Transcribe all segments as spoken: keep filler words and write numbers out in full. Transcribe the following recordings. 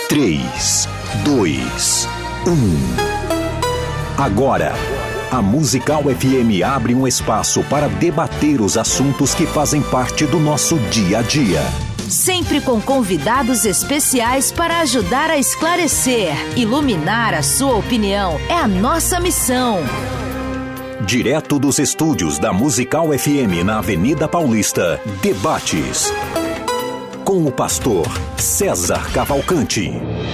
três, dois, um. Agora, a Musical F M abre um espaço para debater os assuntos que fazem parte do nosso dia a dia. Sempre com convidados especiais para ajudar a esclarecer, iluminar a sua opinião. É a nossa missão. Direto dos estúdios da Musical F M na Avenida Paulista, Debates. Com o pastor César Cavalcante.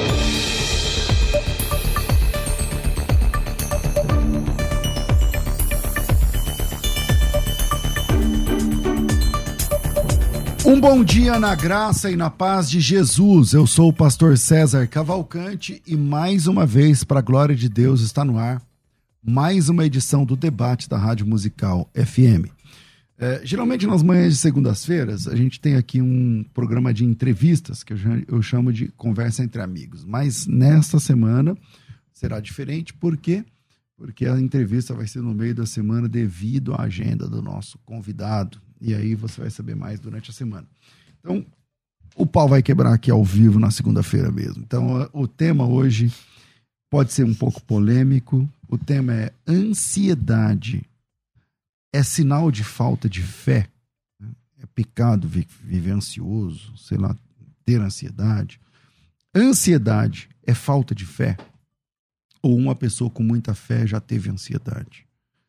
Um bom dia na graça e na paz de Jesus. Eu sou o pastor César Cavalcante e mais uma vez, para a glória de Deus, está no ar mais uma edição do Debate da Rádio Musical F M. É, geralmente nas manhãs de segundas-feiras a gente tem aqui um programa de entrevistas que eu, eu chamo de Conversa Entre Amigos, mas nesta semana será diferente. Por quê? Porque a entrevista vai ser no meio da semana devido à agenda do nosso convidado. E aí você vai saber mais durante a semana. Então, o pau vai quebrar aqui ao vivo na segunda-feira mesmo. Então, o tema hoje pode ser um pouco polêmico. O tema é ansiedade. É sinal de falta de fé? É pecado viver ansioso, sei lá, ter ansiedade? Ansiedade é falta de fé? Ou uma pessoa com muita fé já teve ansiedade?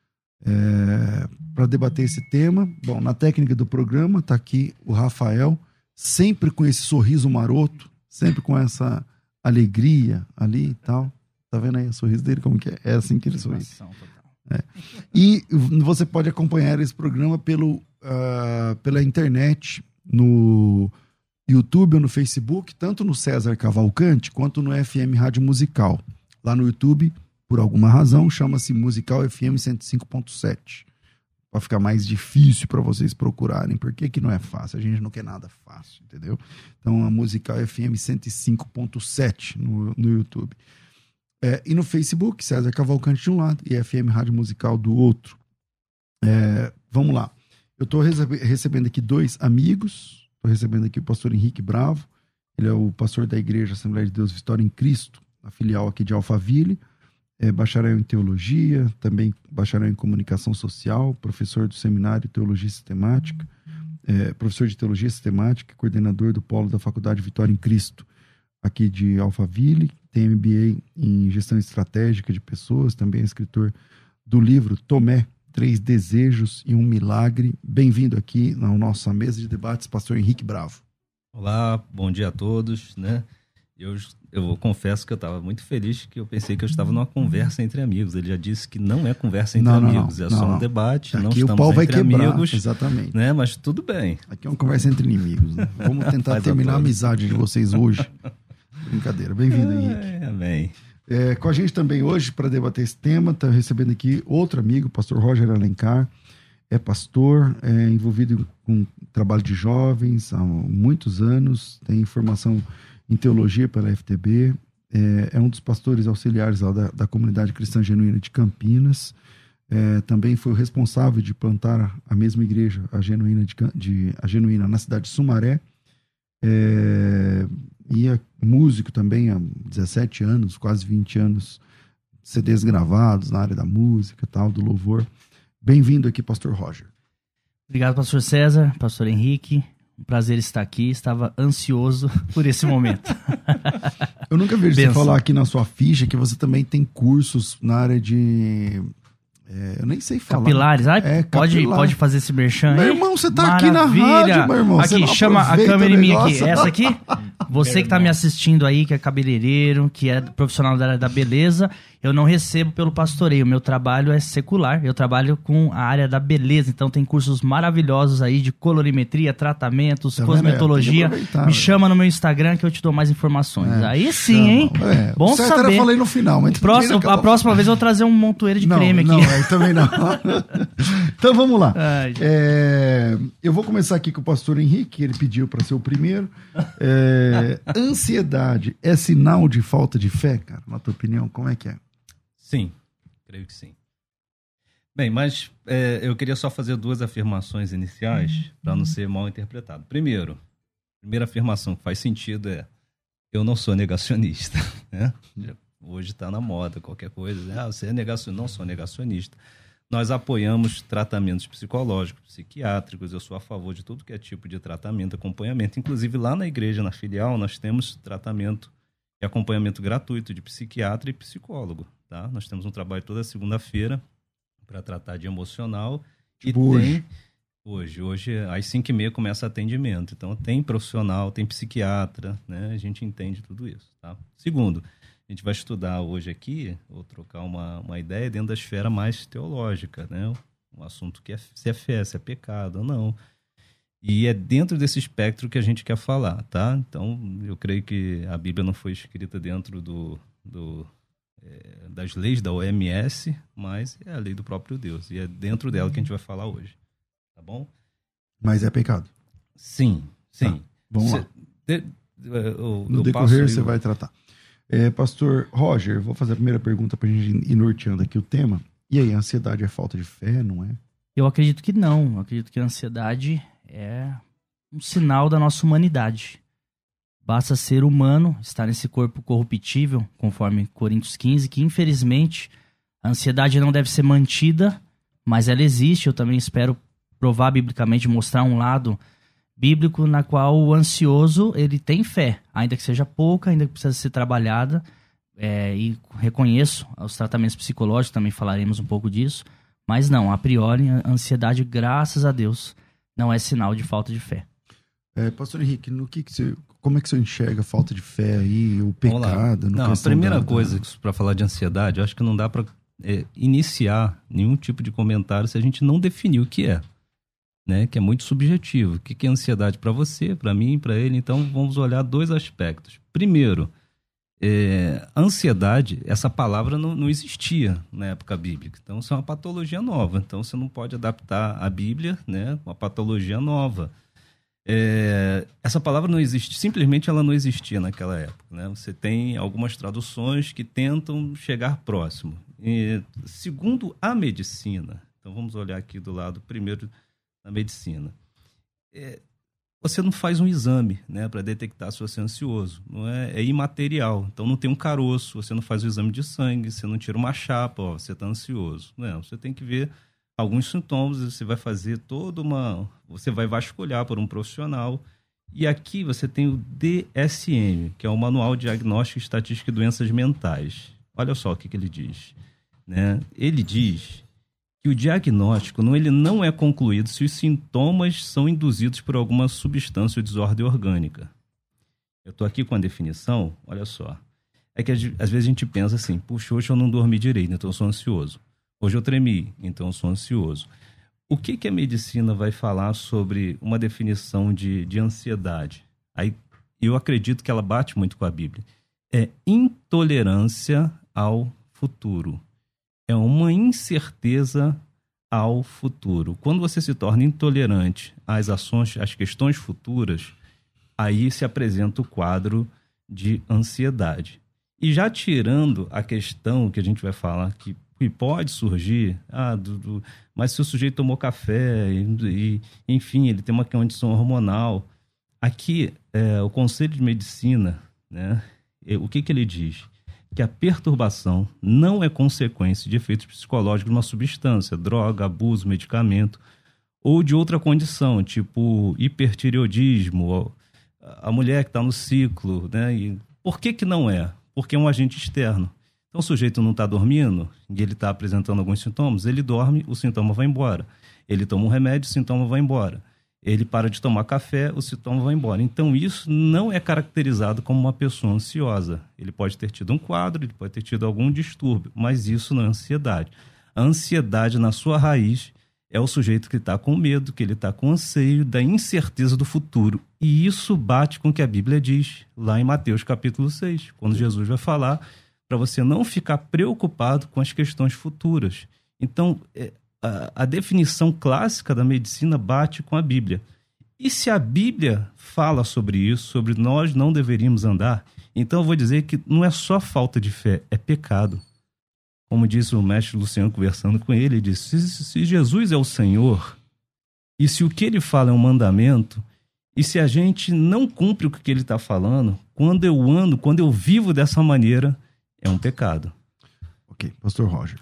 É, para debater esse tema, bom, na técnica do programa está aqui o Rafael, sempre com esse sorriso maroto, sempre com essa alegria ali e tal. Tá vendo aí o sorriso dele? Como que é? É assim que ele sorri. É. E você pode acompanhar esse programa pelo, uh, pela internet, no YouTube ou no Facebook, tanto no César Cavalcante quanto no F M Rádio Musical. Lá no YouTube, por alguma razão, chama-se Musical F M cento e cinco ponto sete. Para ficar mais difícil para vocês procurarem. Por que que não é fácil? A gente não quer nada fácil, entendeu? Então, a Musical F M cento e cinco ponto sete no, no YouTube. É, e no Facebook, César Cavalcante de um lado e F M Rádio Musical do outro. É, vamos lá. Eu estou recebe- recebendo aqui dois amigos. Estou recebendo aqui o pastor Henrique Bravo. Ele é o pastor da Igreja Assembleia de Deus Vitória em Cristo, a filial aqui de Alphaville. É bacharel em Teologia, também bacharel em Comunicação Social, professor do Seminário Teologia Sistemática, é, professor de Teologia Sistemática, coordenador do Polo da Faculdade Vitória em Cristo, aqui de Alphaville. Tem M B A em Gestão Estratégica de Pessoas, também é escritor do livro Tomé, Três Desejos e um Milagre. Bem-vindo aqui na nossa mesa de debates, pastor Henrique Bravo. Olá, bom dia a todos, né? Eu, eu confesso que eu estava muito feliz, que eu pensei que eu estava numa conversa entre amigos. Ele já disse que não é conversa entre não, amigos, não, é não, só um não. debate, aqui não estamos o pau vai entre quebrar, amigos. Exatamente. Né? Mas tudo bem. Aqui é uma conversa entre inimigos, né? Vamos tentar terminar a, a amizade de vocês hoje. Brincadeira. Bem-vindo, Henrique. É, amém. É, com a gente também hoje, para debater esse tema, está recebendo aqui outro amigo, o pastor Roger Alencar. É pastor, é envolvido com trabalho de jovens há muitos anos, tem formação em teologia pela F T B, é, é um dos pastores auxiliares lá da, da Comunidade Cristã Genuína de Campinas, é, também foi o responsável de plantar a mesma igreja, a Genuína, de, de, a Genuína na cidade de Sumaré, é, e é músico também há dezessete anos, quase vinte anos, C Ds gravados na área da música, tal, do louvor. Bem-vindo aqui, pastor Roger. Obrigado, pastor César, pastor Henrique. Um prazer estar aqui, estava ansioso por esse momento. Eu nunca vejo Benção. Você falar aqui na sua ficha que você também tem cursos na área de... É, eu nem sei falar. Capilares. Ai, é, pode, capilar. pode fazer esse merchan. Meu irmão, você tá Maravilha. Aqui na rádio, meu irmão. Aqui, chama a câmera em mim aqui. Essa aqui, você que tá me assistindo aí, que é cabeleireiro, que é profissional da área da beleza, eu não recebo pelo pastoreio. Meu trabalho é secular. Eu trabalho com a área da beleza. Então tem cursos maravilhosos aí de colorimetria, tratamentos, tá cosmetologia. Me chama no meu Instagram que eu te dou mais informações. É, aí sim, chama. Hein? É, Bom saber. Era, falei no final. Mas próximo, a próxima vez eu vou trazer um montoeiro de não, creme aqui. Não, aí também não. Então vamos lá. Ai, é, eu vou começar aqui com o pastor Henrique, ele pediu para ser o primeiro. É, ansiedade é sinal de falta de fé, cara? Na tua opinião, como é que é? Sim, creio que sim. Bem, mas é, eu queria só fazer duas afirmações iniciais para não ser mal interpretado. Primeiro, a primeira afirmação que faz sentido é Eu não sou negacionista, né? Hoje está na moda qualquer coisa. Né? Ah, você é negacionista. Não sou negacionista. Nós apoiamos tratamentos psicológicos, psiquiátricos. Eu sou a favor de tudo que é tipo de tratamento, acompanhamento. Inclusive, lá na igreja, na filial, nós temos tratamento e acompanhamento gratuito de psiquiatra e psicólogo. Tá? Nós temos um trabalho toda segunda-feira para tratar de emocional. Tipo e hoje. tem... Hoje, hoje, às cinco e meia começa atendimento. Então, tem profissional, tem psiquiatra, né? A gente entende tudo isso, tá? Segundo, a gente vai estudar hoje aqui, ou trocar uma, uma ideia dentro da esfera mais teológica, né? Um assunto que é se é fé, se é pecado ou não. E é dentro desse espectro que a gente quer falar, tá? Então, eu creio que a Bíblia não foi escrita dentro do, do, é, das leis da O M S, mas é a lei do próprio Deus. E é dentro dela que a gente vai falar hoje. Tá bom? Mas é pecado. Sim, sim. Tá, vamos Cê, lá. De, eu, no eu decorrer passo, você eu... vai tratar. É, Pastor Roger, vou fazer a primeira pergunta pra gente ir norteando aqui o tema. E aí, a ansiedade é falta de fé, não é? Eu acredito que não. Eu acredito que a ansiedade é um sinal da nossa humanidade. Basta ser humano, estar nesse corpo corruptível, conforme Coríntios quinze, que infelizmente a ansiedade não deve ser mantida, mas ela existe. Eu também espero provar biblicamente, mostrar um lado bíblico na qual o ansioso ele tem fé, ainda que seja pouca, ainda que precisa ser trabalhada, é, e reconheço os tratamentos psicológicos, também falaremos um pouco disso, mas não, a priori, a ansiedade, graças a Deus, não é sinal de falta de fé. É, Pastor Henrique, no que que você, como é que você enxerga a falta de fé aí, o pecado? Não, a primeira da, coisa, da... para falar de ansiedade, eu acho que não dá para é, iniciar nenhum tipo de comentário se a gente não definir o que é. Né, que é muito subjetivo. O que é ansiedade para você, para mim, para ele? Então, vamos olhar dois aspectos. Primeiro, é, ansiedade, essa palavra não, não existia na época bíblica. Então, isso é uma patologia nova. Então, você não pode adaptar a Bíblia, né, uma patologia nova. É, essa palavra não existe, simplesmente ela não existia naquela época. Né? Você tem algumas traduções que tentam chegar próximo. E, segundo a medicina, então vamos olhar aqui do lado primeiro na medicina. É, você não faz um exame, né, para detectar se você é ansioso. Não é, é imaterial. Então não tem um caroço, você não faz o exame de sangue, você não tira uma chapa, ó, você está ansioso. Não, você tem que ver alguns sintomas, você vai fazer toda uma... Você vai vasculhar por um profissional. E aqui você tem o D S M, que é o Manual de Diagnóstico, Estatística e Doenças Mentais. Olha só o que, que ele diz. Né? Ele diz que o diagnóstico não, ele não é concluído se os sintomas são induzidos por alguma substância ou desordem orgânica. Eu estou aqui com a definição, olha só. É que às vezes a gente pensa assim, puxa, hoje eu não dormi direito, então eu sou ansioso. Hoje eu tremi, então eu sou ansioso. O que, que a medicina vai falar sobre uma definição de, de ansiedade? Aí eu acredito que ela bate muito com a Bíblia. É intolerância ao futuro. É uma incerteza ao futuro. Quando você se torna intolerante às ações, às questões futuras, aí se apresenta o quadro de ansiedade. E já tirando a questão que a gente vai falar, que, que pode surgir, ah, do, do, mas se o sujeito tomou café, e, e, enfim, ele tem uma condição hormonal. Aqui, é, o Conselho de Medicina, né, o que, que ele diz? Que a perturbação não é consequência de efeitos psicológicos de uma substância, droga, abuso, medicamento, ou de outra condição, tipo hipertireoidismo, a mulher que está no ciclo, né? E por que que não é? Porque é um agente externo. Então o sujeito não está dormindo e ele está apresentando alguns sintomas, ele dorme, o sintoma vai embora. Ele toma um remédio, o sintoma vai embora. Ele para de tomar café, o sintoma vai embora. Então, isso não é caracterizado como uma pessoa ansiosa. Ele pode ter tido um quadro, ele pode ter tido algum distúrbio, mas isso não é ansiedade. A ansiedade, na sua raiz, é o sujeito que está com medo, que ele está com anseio da incerteza do futuro. E isso bate com o que a Bíblia diz, lá em Mateus capítulo seis, quando Jesus vai falar para você não ficar preocupado com as questões futuras. Então, é, a definição clássica da medicina bate com a Bíblia. E se a Bíblia fala sobre isso, sobre nós não deveríamos andar, então eu vou dizer que não é só falta de fé, é pecado. Como disse o mestre Luciano conversando com ele, ele disse, se, se Jesus é o Senhor, e se o que ele fala é um mandamento, E se a gente não cumpre o que ele está falando, quando eu ando, quando eu vivo dessa maneira, é um pecado. Ok, pastor Roger.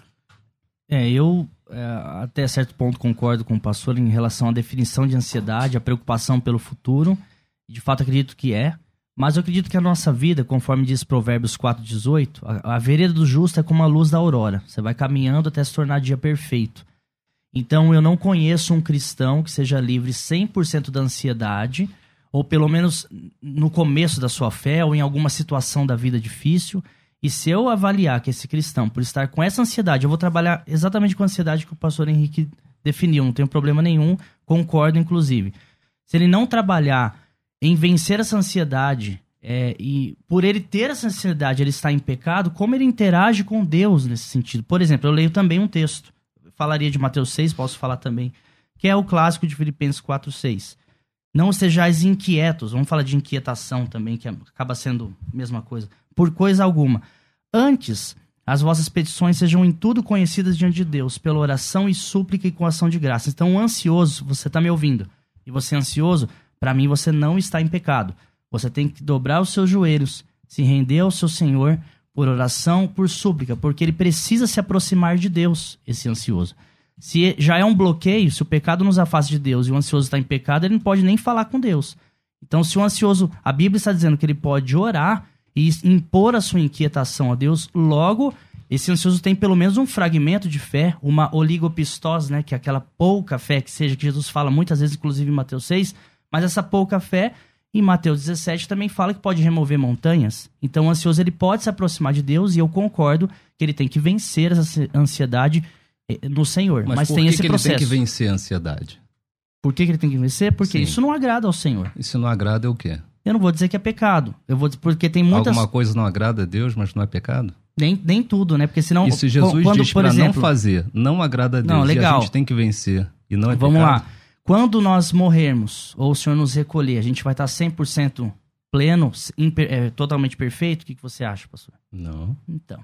É, eu é, até certo ponto concordo com o pastor em relação à definição de ansiedade, a preocupação pelo futuro. De fato, acredito que é. Mas eu acredito que a nossa vida, conforme diz Provérbios quatro, dezoito, a, a vereda do justo é como a luz da aurora. Você vai caminhando até se tornar dia perfeito. Então, eu não conheço um cristão que seja livre cem por cento da ansiedade, ou pelo menos no começo da sua fé, ou em alguma situação da vida difícil. E se eu avaliar que esse cristão, por estar com essa ansiedade, eu vou trabalhar exatamente com a ansiedade que o pastor Henrique definiu, não tenho problema nenhum, concordo inclusive. Se ele não trabalhar em vencer essa ansiedade, é, e por ele ter essa ansiedade, ele está em pecado, como ele interage com Deus nesse sentido? Por exemplo, eu leio também um texto, falaria de Mateus seis, posso falar também, que é o clássico de Filipenses quatro, seis. Não sejais inquietos, vamos falar de inquietação também, que acaba sendo a mesma coisa, por coisa alguma. Antes, as vossas petições sejam em tudo conhecidas diante de Deus, pela oração e súplica e com ação de graça. Então, o ansioso, você está me ouvindo, e você é ansioso, para mim você não está em pecado. Você tem que dobrar os seus joelhos, se render ao seu Senhor por oração, por súplica, porque ele precisa se aproximar de Deus, esse ansioso. Se já é um bloqueio, se o pecado nos afasta de Deus e o ansioso está em pecado, ele não pode nem falar com Deus. Então, se o ansioso, a Bíblia está dizendo que ele pode orar e impor a sua inquietação a Deus, logo, esse ansioso tem pelo menos um fragmento de fé, uma oligopistose, né, que é aquela pouca fé que seja, que Jesus fala muitas vezes, inclusive em Mateus seis, mas essa pouca fé, em Mateus dezessete, também fala que pode remover montanhas. Então, o ansioso ele pode se aproximar de Deus e eu concordo que ele tem que vencer essa ansiedade no Senhor. Mas, mas por tem que esse que processo. ele tem que vencer a ansiedade? Por que, que ele tem que vencer? Porque Sim. isso não agrada ao Senhor. Isso não agrada é o quê? Eu não vou dizer que é pecado. Eu vou dizer porque tem muitas... Alguma coisa não agrada a Deus, mas não é pecado? Nem, nem tudo, né? Porque senão... E se Jesus quando, diz por para exemplo, não fazer, não agrada a Deus, não, legal. e a gente tem que vencer, e não é Vamos pecado? lá. Quando nós morrermos, ou o Senhor nos recolher, a gente vai estar cem por cento pleno, imper, é, totalmente perfeito? O que, que você acha, pastor? Não. Então.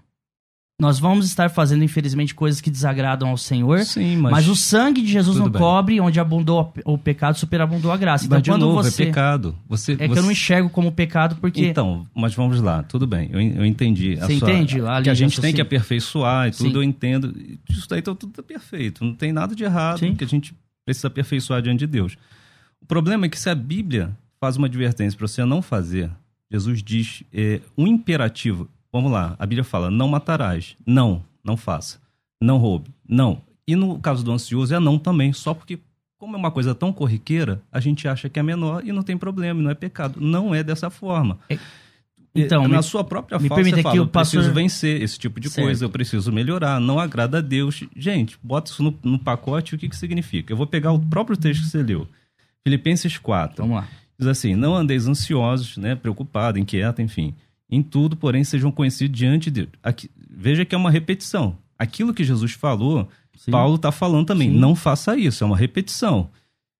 Nós vamos estar fazendo, infelizmente, coisas que desagradam ao Senhor. Sim, mas... mas o sangue de Jesus não bem. cobre, onde abundou o pecado, superabundou a graça. Então, mas de quando novo, você... é pecado. Você, é você... que eu não enxergo como pecado, porque... Então, mas vamos lá, tudo bem, eu, eu entendi. Você a sua... entende? A que a gente assim. tem que aperfeiçoar e tudo, Sim. eu entendo. Isso daí então, tudo tá perfeito, não tem nada de errado, Sim. que a gente precisa aperfeiçoar diante de Deus. O problema é que se a Bíblia faz uma advertência para você não fazer, Jesus diz é, um imperativo. Vamos lá, a Bíblia fala, não matarás. Não, não faça. Não roube. Não. E no caso do ansioso é não também, só porque, como é uma coisa tão corriqueira, a gente acha que é menor e não tem problema, não é pecado. Não é dessa forma. É... Então, na me, sua própria me fala, você fala, que o eu pastor... preciso vencer esse tipo de certo. coisa, eu preciso melhorar, não agrada a Deus. Gente, bota isso no, no pacote, o que, que significa? Eu vou pegar o próprio texto que você leu, Filipenses quatro. Vamos lá. Diz assim, não andeis ansiosos, né, preocupados, inquietos, enfim. Em tudo, porém, sejam conhecidos diante de Deus. Aqui, veja que é uma repetição. Aquilo que Jesus falou, Sim. Paulo está falando também. Sim. Não faça isso, é uma repetição.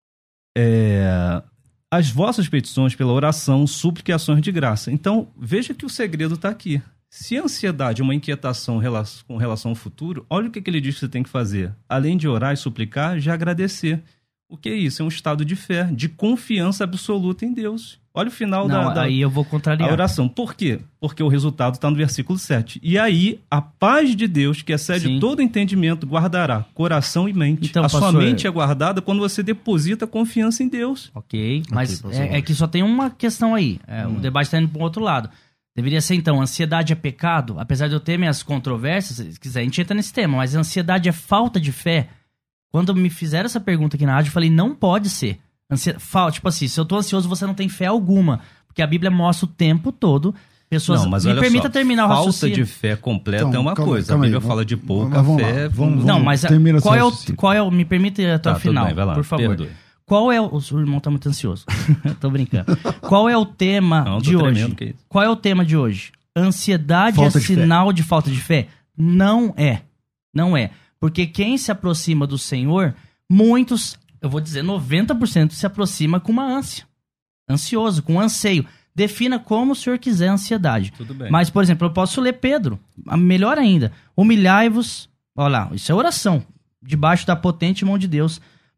É... As vossas petições pela oração, súplica e ações de graça. Então, veja que o segredo está aqui. Se a ansiedade é uma inquietação com relação ao futuro, olha o que ele diz que você tem que fazer. Além de orar e suplicar, já agradecer. O que é isso? É um estado de fé, de confiança absoluta em Deus. Olha o final Não, da, da aí eu vou contrariar. a oração. Por quê? Porque o resultado está no versículo sete. E aí, a paz de Deus, que excede Sim. todo entendimento, guardará coração e mente. Então, a pastor, sua mente é guardada quando você deposita confiança em Deus. Ok, mas okay, é, é que só tem uma questão aí. É, hum. O debate está indo para o outro lado. Deveria ser, então, ansiedade é pecado? Apesar de eu ter minhas controvérsias, se quiser, a gente entra nesse tema, mas ansiedade é falta de fé? Quando me fizeram essa pergunta aqui na rádio, eu falei, não pode ser. Ansi... Fal... Tipo assim, se eu tô ansioso, você não tem fé alguma. Porque a Bíblia mostra o tempo todo pessoas... Não, mas me olha permita só, terminar o raciocínio. Falta de fé completa então, é uma calma, coisa. calma a Bíblia aí, fala vamos, de pouca vamos fé. lá, vamos, não, vamos, mas a, qual é o, raciocínio. qual é o... Me permite até tá, o final, bem, vai lá, por favor. Perdoe. Qual é o... O irmão tá muito ansioso. Tô brincando. Qual é o tema não, de hoje? Tremendo, que é isso. Qual é o tema de hoje? Ansiedade falta é de sinal fé. de falta de fé? Não é. Não é. Porque quem se aproxima do Senhor, muitos... Eu vou dizer, noventa por cento se aproxima com uma ânsia. Ansioso, com anseio. Defina como o senhor quiser a ansiedade. Tudo bem. Mas, por exemplo, eu posso ler Pedro. Melhor ainda. Humilhai-vos. Olha lá, isso é oração. Debaixo da potente mão de Deus,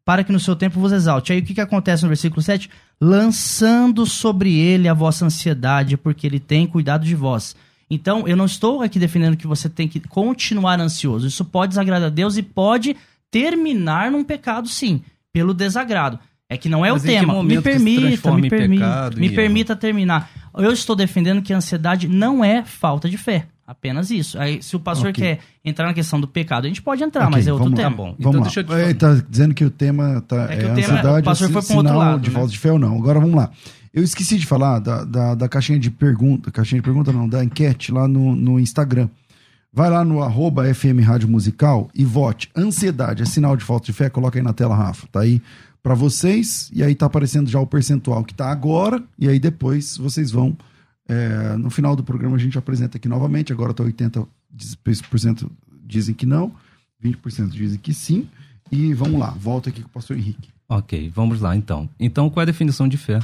para que no seu tempo vos exalte. Aí o que, que acontece no versículo sete? Lançando sobre ele a vossa ansiedade, porque ele tem cuidado de vós. Então, eu não estou aqui defendendo que você tem que continuar ansioso. Isso pode desagradar a Deus e pode terminar num pecado, sim, pelo desagrado. É que não é Mas o tema. Me permita, me permita, me permita terminar. Eu estou defendendo que a ansiedade não é falta de fé. Apenas isso. Aí, se o pastor okay. quer entrar na questão do pecado, a gente pode entrar, okay, mas é outro tema. Tá bom. Então, deixa eu te Ele tá dizendo que o tema tá, é, que é o tema, ansiedade, o pastor foi para outro lado, de né? falta de fé ou não. Agora vamos lá. Eu esqueci de falar da, da, da caixinha de pergunta, caixinha de pergunta não, da enquete lá no, no Instagram. Vai lá no arroba F M Rádio Musical e vote. Ansiedade é sinal de falta de fé? Coloca aí na tela, Rafa. Tá aí para vocês, e aí tá aparecendo já o percentual que tá agora, e aí depois vocês vão, é, no final do programa a gente apresenta aqui novamente, agora tá oitenta por cento dizem que não, vinte por cento dizem que sim, e vamos lá, volta aqui com o pastor Henrique. Ok, vamos lá então. Então, qual é a definição de fé?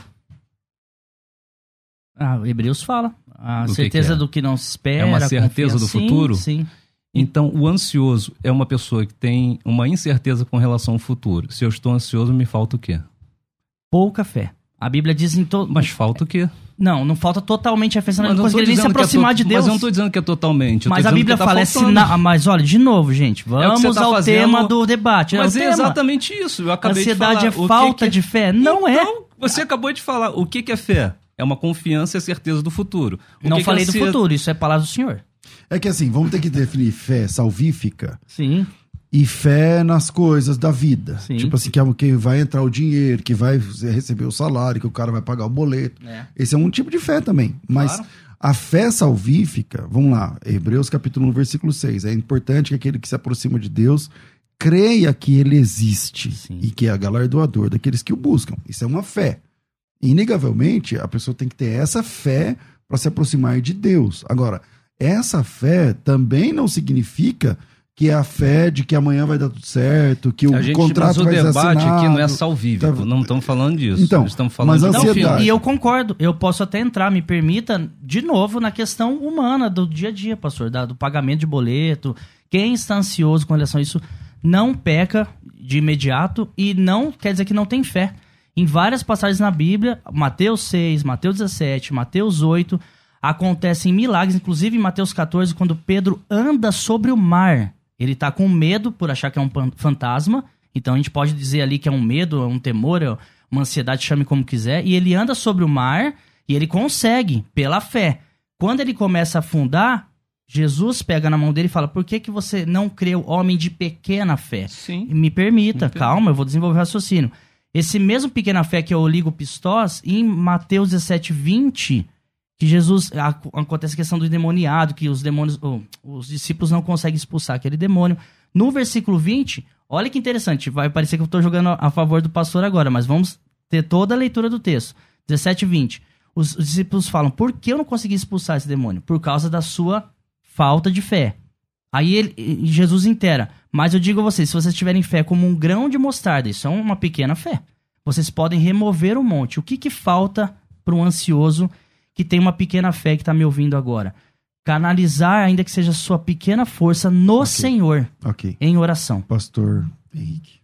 Ah, Hebreus fala, a do certeza que que é? do que não se espera. É uma certeza do futuro? Sim, sim. Então, o ansioso é uma pessoa que tem uma incerteza com relação ao futuro. Se eu estou ansioso, me falta o quê? Pouca fé. A Bíblia diz em todo... Mas falta o quê? Não, não falta totalmente a fé. Você não consegue nem se aproximar to... de Deus. Mas eu não estou dizendo que é totalmente. Mas a Bíblia tá fala, é sinal... Mas olha, de novo, gente, vamos é ao fazendo... tema do debate. Mas é, é exatamente isso. Eu acabei Ansiedade de falar. é falta que que... de fé? Não então, é. Você acabou de falar. O que que é fé? É uma confiança e a certeza do futuro. O não que falei que é do futuro, isso é palavra do Senhor. É que assim, vamos ter que definir fé salvífica. Sim. E fé nas coisas da vida. Sim. Tipo assim, que, é, que vai entrar o dinheiro, que vai receber o salário, que o cara vai pagar o boleto. É. Esse é um tipo de fé também. Mas claro. A fé salvífica, vamos lá, Hebreus capítulo um, versículo seis. É importante que aquele que se aproxima de Deus creia que ele existe. Sim. E que é galardoador daqueles que o buscam. Isso é uma fé. Inegavelmente, a pessoa tem que ter essa fé para se aproximar de Deus. Agora, essa fé também não significa que é a fé de que amanhã vai dar tudo certo, que o a gente, contrato vai ser assinado. O debate aqui não é salvífico, tá... não estamos falando disso. Então, estamos falando mas de ansiedade. E eu concordo, eu posso até entrar, me permita, de novo, na questão humana do dia a dia, pastor, da, do pagamento de boleto. Quem está ansioso com relação a isso não peca de imediato e não quer dizer que não tem fé. Em várias passagens na Bíblia, Mateus seis, Mateus dezessete, Mateus oito, acontecem milagres, inclusive em Mateus catorze, quando Pedro anda sobre o mar. Ele está com medo por achar que é um fantasma, então a gente pode dizer ali que é um medo, é um temor, é uma ansiedade, chame como quiser, e ele anda sobre o mar e ele consegue, pela fé. Quando ele começa a afundar, Jesus pega na mão dele e fala, por que, que você não creu, homem de pequena fé? Sim. Me permita, calma, eu vou desenvolver o raciocínio. Esse mesmo pequena fé que eu ligo pistós, em Mateus dezessete, vinte, que Jesus, acontece a questão do endemoniado, que os demônios, oh, os discípulos não conseguem expulsar aquele demônio. No versículo vinte, olha que interessante, vai parecer que eu estou jogando a favor do pastor agora, mas vamos ter toda a leitura do texto. dezessete, vinte, os, os discípulos falam, por que eu não consegui expulsar esse demônio? Por causa da sua falta de fé. Aí ele, Jesus intera, mas eu digo a vocês, se vocês tiverem fé como um grão de mostarda, isso é uma pequena fé, vocês podem remover o monte. O que, que falta para um ansioso que tem uma pequena fé que está me ouvindo agora? Canalizar, ainda que seja sua pequena força, no okay. Senhor, okay. em oração. Pastor Henrique.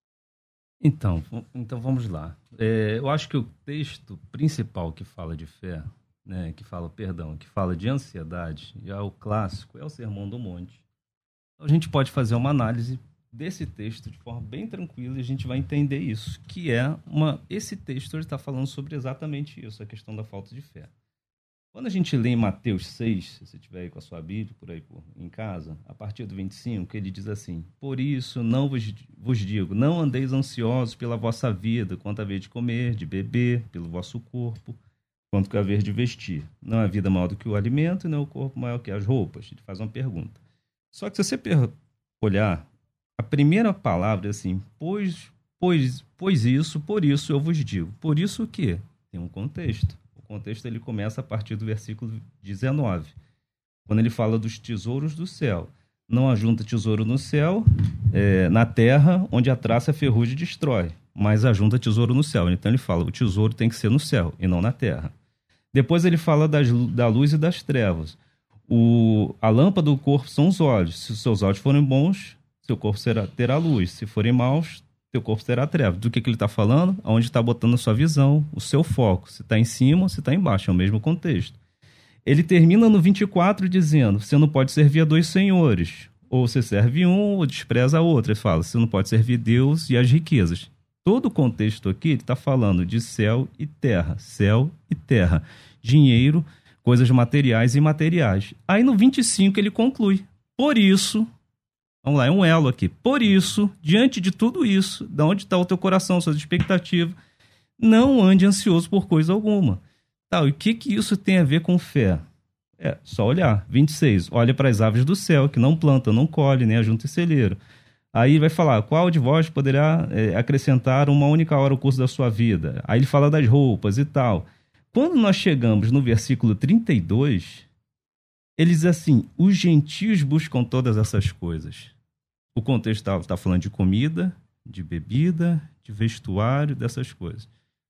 Então, então vamos lá. É, eu acho que o texto principal que fala de fé, né, que fala, perdão, que fala de ansiedade, já o clássico, é o Sermão do Monte. Então, a gente pode fazer uma análise desse texto de forma bem tranquila e a gente vai entender isso, que é uma... Esse texto está falando sobre exatamente isso, a questão da falta de fé. Quando a gente lê em Mateus seis, se você estiver aí com a sua Bíblia, por aí por, em casa, a partir do vinte e cinco, ele diz assim, por isso não vos, vos digo, não andeis ansiosos pela vossa vida, quanto a haver de comer, de beber, pelo vosso corpo, quanto que haver de vestir. Não é a vida maior do que o alimento e não é o corpo maior que as roupas. Ele faz uma pergunta. Só que se você per- olhar, a primeira palavra é assim, pois, pois, pois isso, por isso eu vos digo. Por isso o quê? Tem um contexto. O contexto ele começa a partir do versículo dezenove, quando ele fala dos tesouros do céu. Não ajunta tesouro no céu, é, na terra, onde a traça e a ferrugem destrói, mas ajunta tesouro no céu. Então ele fala, o tesouro tem que ser no céu e não na terra. Depois ele fala das, da luz e das trevas. O, a lâmpada do corpo são os olhos. Se os seus olhos forem bons, seu corpo será, terá luz. Se forem maus, teu corpo será treva. Do que, que ele está falando? Onde está botando a sua visão, o seu foco. Se está em cima ou se está embaixo, é o mesmo contexto. Ele termina no vinte e quatro dizendo, você não pode servir a dois senhores. Ou você serve um ou despreza a outro. Ele fala, você não pode servir Deus e as riquezas. Todo o contexto aqui, ele está falando de céu e terra. Céu e terra. Dinheiro, coisas materiais e imateriais. Aí no vinte e cinco ele conclui. Por isso, vamos lá, é um elo aqui. Por isso, diante de tudo isso, de onde está o teu coração, suas expectativas, não ande ansioso por coisa alguma. Tá, e o que, que isso tem a ver com fé? É só olhar. vinte e seis. Olha para as aves do céu, que não plantam, não colhem, nem ajuntam em celeiro. Aí vai falar, qual de vós poderá é, acrescentar uma única hora ao curso da sua vida? Aí ele fala das roupas e tal. Quando nós chegamos no versículo trinta e dois, ele diz assim, os gentios buscam todas essas coisas. O contexto está tá falando de comida, de bebida, de vestuário, dessas coisas.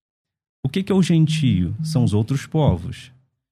O que, que é o gentio? São os outros povos.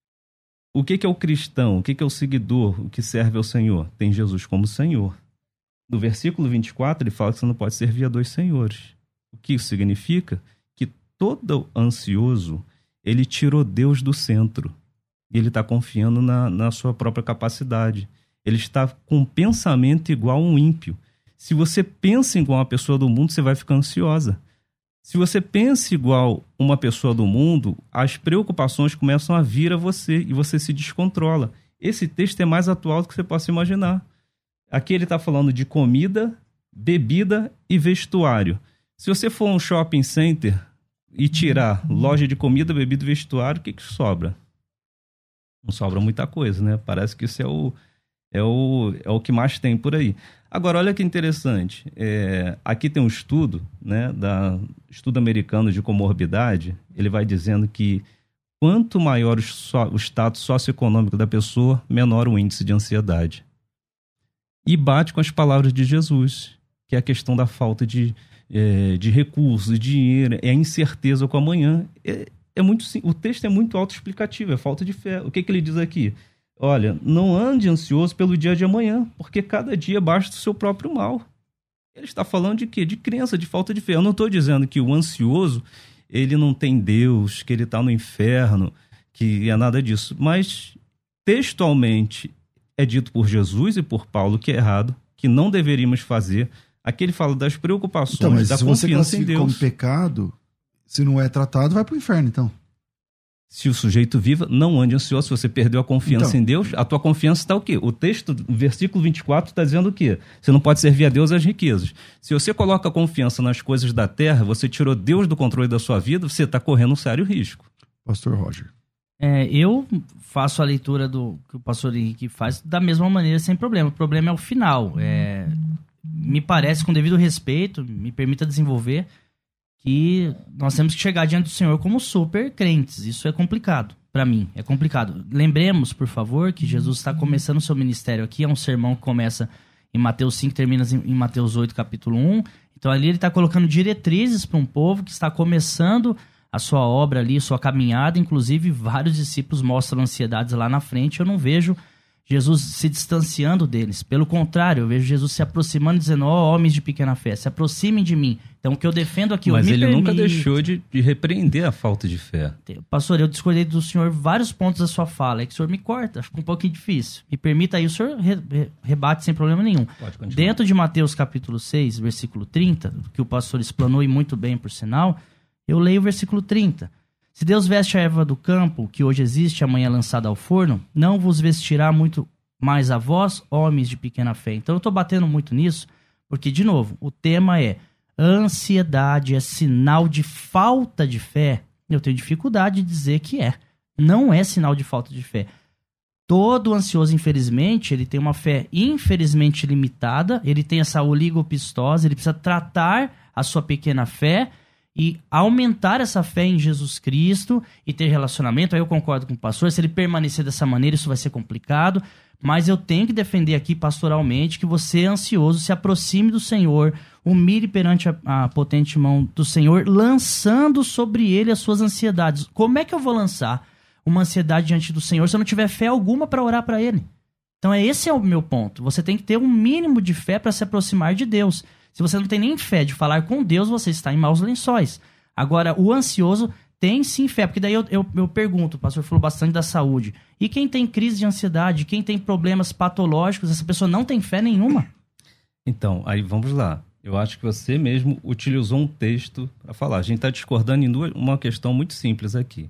O que, que é o cristão? O que, que é o seguidor? O que serve ao Senhor? Tem Jesus como Senhor. No versículo vinte e quatro, ele fala que você não pode servir a dois senhores. O que isso significa? Que todo ansioso, ele tirou Deus do centro. E ele está confiando na, na sua própria capacidade. Ele está com um pensamento igual a um ímpio. Se você pensa igual uma pessoa do mundo, você vai ficar ansiosa. Se você pensa igual uma pessoa do mundo, as preocupações começam a vir a você e você se descontrola. Esse texto é mais atual do que você possa imaginar. Aqui ele está falando de comida, bebida e vestuário. Se você for a um shopping center e tirar loja de comida, bebida e vestuário, o que, que sobra? Não sobra muita coisa, né? Parece que isso é o, é o, é o que mais tem por aí. Agora, olha que interessante. É, aqui tem um estudo, né, da, estudo americano de comorbidade. Ele vai dizendo que quanto maior o, so, o status socioeconômico da pessoa, menor o índice de ansiedade. E bate com as palavras de Jesus, que é a questão da falta de, é, de recursos, de dinheiro, é a incerteza com o amanhã. É, é muito, o texto é muito autoexplicativo, é falta de fé. O que, que ele diz aqui? Olha, não ande ansioso pelo dia de amanhã, porque cada dia basta o seu próprio mal. Ele está falando de quê? De crença, de falta de fé. Eu não estou dizendo que o ansioso, ele não tem Deus, que ele está no inferno, que é nada disso. Mas, textualmente, é dito por Jesus e por Paulo que é errado, que não deveríamos fazer. Aqui ele fala das preocupações, então, mas da se confiança em Deus. Como pecado, se não é tratado, vai para o inferno, então. Se o sujeito viva, não ande ansioso. Se você perdeu a confiança então, em Deus, a tua confiança está o quê? O texto, o versículo vinte e quatro está dizendo o quê? Você não pode servir a Deus as riquezas. Se você coloca a confiança nas coisas da terra, você tirou Deus do controle da sua vida, você está correndo um sério risco. Pastor Roger. É, eu faço a leitura do que o pastor Henrique faz da mesma maneira, sem problema. O problema é o final. É, me parece, com devido respeito, me permita desenvolver, que nós temos que chegar diante do Senhor como super crentes. Isso é complicado, para mim, é complicado. Lembremos, por favor, que Jesus está começando o seu ministério aqui, é um sermão que começa em Mateus cinco, termina em Mateus oito, capítulo um. Então ali ele está colocando diretrizes para um povo que está começando a sua obra ali, sua caminhada. Inclusive, vários discípulos mostram ansiedades lá na frente. Eu não vejo Jesus se distanciando deles. Pelo contrário, eu vejo Jesus se aproximando, dizendo, ó, oh, homens de pequena fé, se aproximem de mim. Então, o que eu defendo aqui... Mas eu ele me nunca permite... deixou de, de repreender a falta de fé. Pastor, eu discordei do senhor vários pontos da sua fala. É que o senhor me corta, acho um pouquinho difícil. Me permita aí, o senhor re, re, rebate sem problema nenhum. Pode continuar. Dentro de Mateus capítulo seis, versículo trinta, que o pastor explanou e muito bem, por sinal, eu leio o versículo trinta. Se Deus veste a erva do campo, que hoje existe, amanhã lançada ao forno, não vos vestirá muito mais a vós, homens de pequena fé. Então eu estou batendo muito nisso, porque, de novo, o tema é ansiedade é sinal de falta de fé. Eu tenho dificuldade de dizer que é. Não é sinal de falta de fé. Todo ansioso, infelizmente, ele tem uma fé infelizmente limitada, ele tem essa oligopistose, ele precisa tratar a sua pequena fé e aumentar essa fé em Jesus Cristo e ter relacionamento. Aí eu concordo com o pastor, se ele permanecer dessa maneira, isso vai ser complicado. Mas eu tenho que defender aqui pastoralmente que você, ansioso, se aproxime do Senhor, humilhe perante a, a potente mão do Senhor, lançando sobre ele as suas ansiedades. Como é que eu vou lançar uma ansiedade diante do Senhor se eu não tiver fé alguma para orar para ele? Então esse é o meu ponto. Você tem que ter um mínimo de fé para se aproximar de Deus. Se você não tem nem fé de falar com Deus, você está em maus lençóis. Agora, o ansioso tem sim fé, porque daí eu, eu, eu pergunto, o pastor falou bastante da saúde. E quem tem crise de ansiedade, quem tem problemas patológicos, essa pessoa não tem fé nenhuma? Então, aí vamos lá. Eu acho que você mesmo utilizou um texto para falar. A gente está discordando em duas, uma questão muito simples aqui.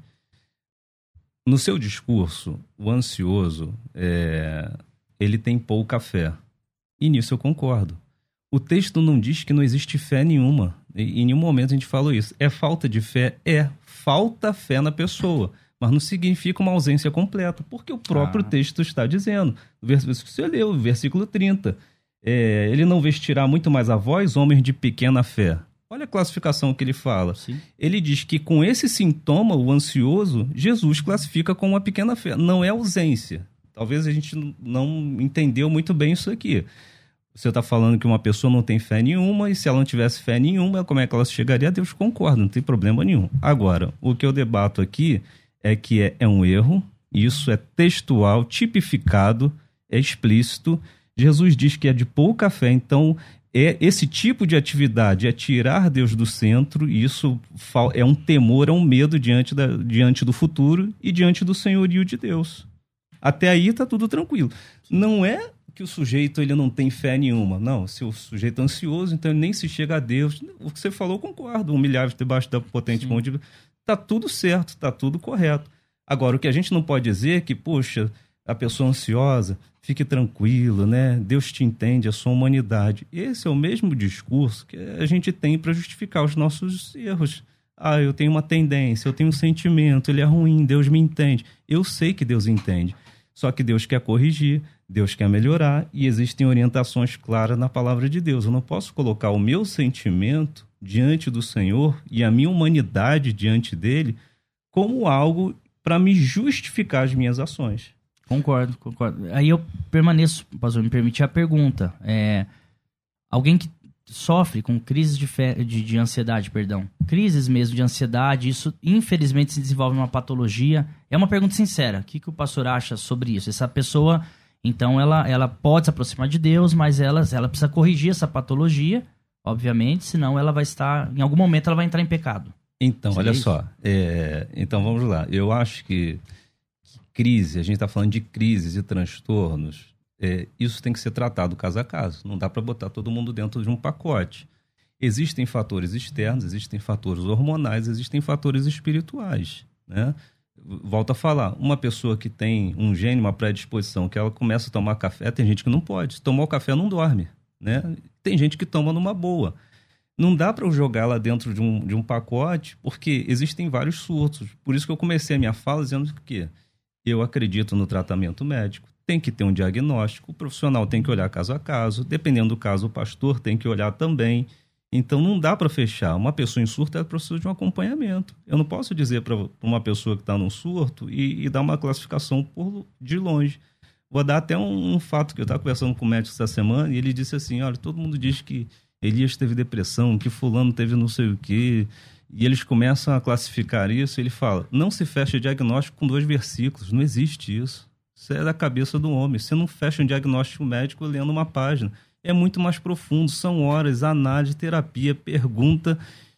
No seu discurso, o ansioso, é, ele tem pouca fé. E nisso eu concordo. O texto não diz que não existe fé nenhuma. Em nenhum momento a gente falou isso. É falta de fé? É. Falta fé na pessoa. Mas não significa uma ausência completa. Porque o próprio ah. texto está dizendo. O versículo que você leu, versículo trinta. É, ele não vestirá muito mais a vós, homens de pequena fé. Olha a classificação que ele fala. Sim. Ele diz que com esse sintoma, o ansioso, Jesus classifica como uma pequena fé. Não é ausência. Talvez a gente não entendeu muito bem isso aqui. Você está falando que uma pessoa não tem fé nenhuma, e se ela não tivesse fé nenhuma, como é que ela chegaria a Deus? Concordo, não tem problema nenhum. Agora, o que eu debato aqui é que é, é um erro, isso é textual, tipificado, é explícito. Jesus diz que é de pouca fé, então é esse tipo de atividade é tirar Deus do centro, e isso é um temor, é um medo diante, da, diante do futuro e diante do senhorio de Deus. Até aí está tudo tranquilo. Não é que o sujeito ele não tem fé nenhuma. Não, se o sujeito é ansioso, então ele nem se chega a Deus. O que você falou, concordo. Humilhar debaixo da potente mão de Deus. Está tudo certo, está tudo correto. Agora, o que a gente não pode dizer é que, poxa, a pessoa ansiosa, fique tranquilo, né? Deus te entende, a sua humanidade. Esse é o mesmo discurso que a gente tem para justificar os nossos erros. Ah, eu tenho uma tendência, eu tenho um sentimento, ele é ruim, Deus me entende. Eu sei que Deus entende. Só que Deus quer corrigir, Deus quer melhorar, e existem orientações claras na palavra de Deus. Eu não posso colocar o meu sentimento diante do Senhor e a minha humanidade diante dele como algo para me justificar as minhas ações. Concordo, concordo. Aí eu permaneço, pastor, me permitir a pergunta. É, alguém que sofre com crises de, fe... de, de ansiedade, perdão, crises mesmo de ansiedade, isso infelizmente se desenvolve uma patologia. É uma pergunta sincera. O que, que o pastor acha sobre isso? Essa pessoa, então, ela, ela pode se aproximar de Deus, mas ela, ela precisa corrigir essa patologia, obviamente, senão ela vai estar, em algum momento ela vai entrar em pecado. Então, Seria olha isso? só. É, então, vamos lá. Eu acho que, que crise, a gente está falando de crises e transtornos, É, isso tem que ser tratado caso a caso. Não dá para botar todo mundo dentro de um pacote. Existem fatores externos, existem fatores hormonais, existem fatores espirituais, né? Volto a falar, uma pessoa que tem um gene, uma predisposição, que ela começa a tomar café, tem gente que não pode. Se tomar o café, não dorme, né? Tem gente que toma numa boa. Não dá para eu jogar lá dentro de um, de um pacote, porque existem vários surtos. Por isso que eu comecei a minha fala dizendo que eu acredito no tratamento médico. Tem que ter um diagnóstico, o profissional tem que olhar caso a caso, dependendo do caso, o pastor tem que olhar também. Então não dá para fechar. Uma pessoa em surto, ela precisa de um acompanhamento. Eu não posso dizer para uma pessoa que está num surto e, e dar uma classificação por, de longe. Vou dar até um, um fato que eu estava conversando com o médico essa semana, e ele disse assim, olha, todo mundo diz que Elias teve depressão, que fulano teve não sei o quê, e eles começam a classificar isso, ele fala, não se fecha diagnóstico com dois versículos, não existe isso. Isso é da cabeça do homem. Você não fecha um diagnóstico médico lendo uma página. É muito mais profundo. São horas, análise, terapia, pergunta.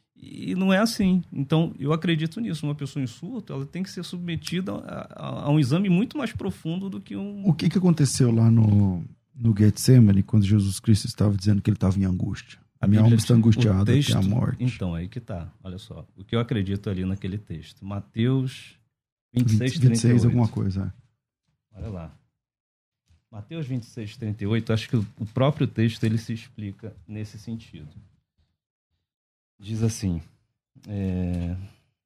E não é assim. Então, eu acredito nisso. Uma pessoa em surto, ela tem que ser submetida a, a, a um exame muito mais profundo do que um... O que, que aconteceu lá no, no Getsemane, quando Jesus Cristo estava dizendo que ele estava em angústia? A minha alma está angustiada texto, até a morte. Então, aí que tá. Olha só. O que eu acredito ali naquele texto. Mateus vinte e seis, trinta e oito. vinte e seis, alguma coisa, é. Olha lá. Mateus vinte e seis, trinta e oito, acho que o próprio texto ele se explica nesse sentido. Diz assim, é...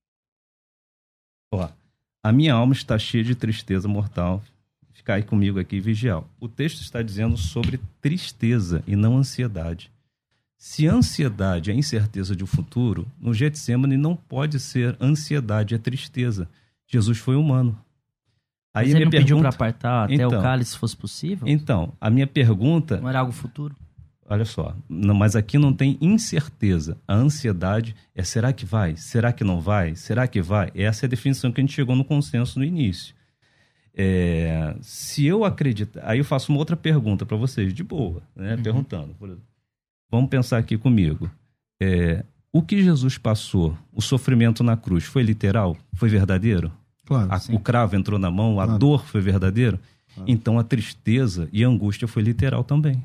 Ó, a minha alma está cheia de tristeza mortal. Ficai comigo aqui, vigial. O texto está dizendo sobre tristeza e não ansiedade. Se ansiedade é incerteza de um futuro, no Getsemane não pode ser ansiedade, é tristeza. Jesus foi humano. Aí Mas ele não pergunta... pediu para apartar até então, o cálice se fosse possível? Então, a minha pergunta... Não era algo futuro? Olha só, não, mas aqui não tem incerteza. A ansiedade é será que vai? Será que não vai? Será que vai? Essa é a definição que a gente chegou no consenso no início. É, se eu acreditar... Aí eu faço uma outra pergunta para vocês, de boa, né? Uhum. Perguntando. vamos pensar aqui comigo. É, o que Jesus passou, o sofrimento na cruz, foi literal? Foi verdadeiro? Claro, a, o cravo entrou na mão, a claro. dor foi verdadeira? Claro. Então a tristeza e a angústia foi literal também.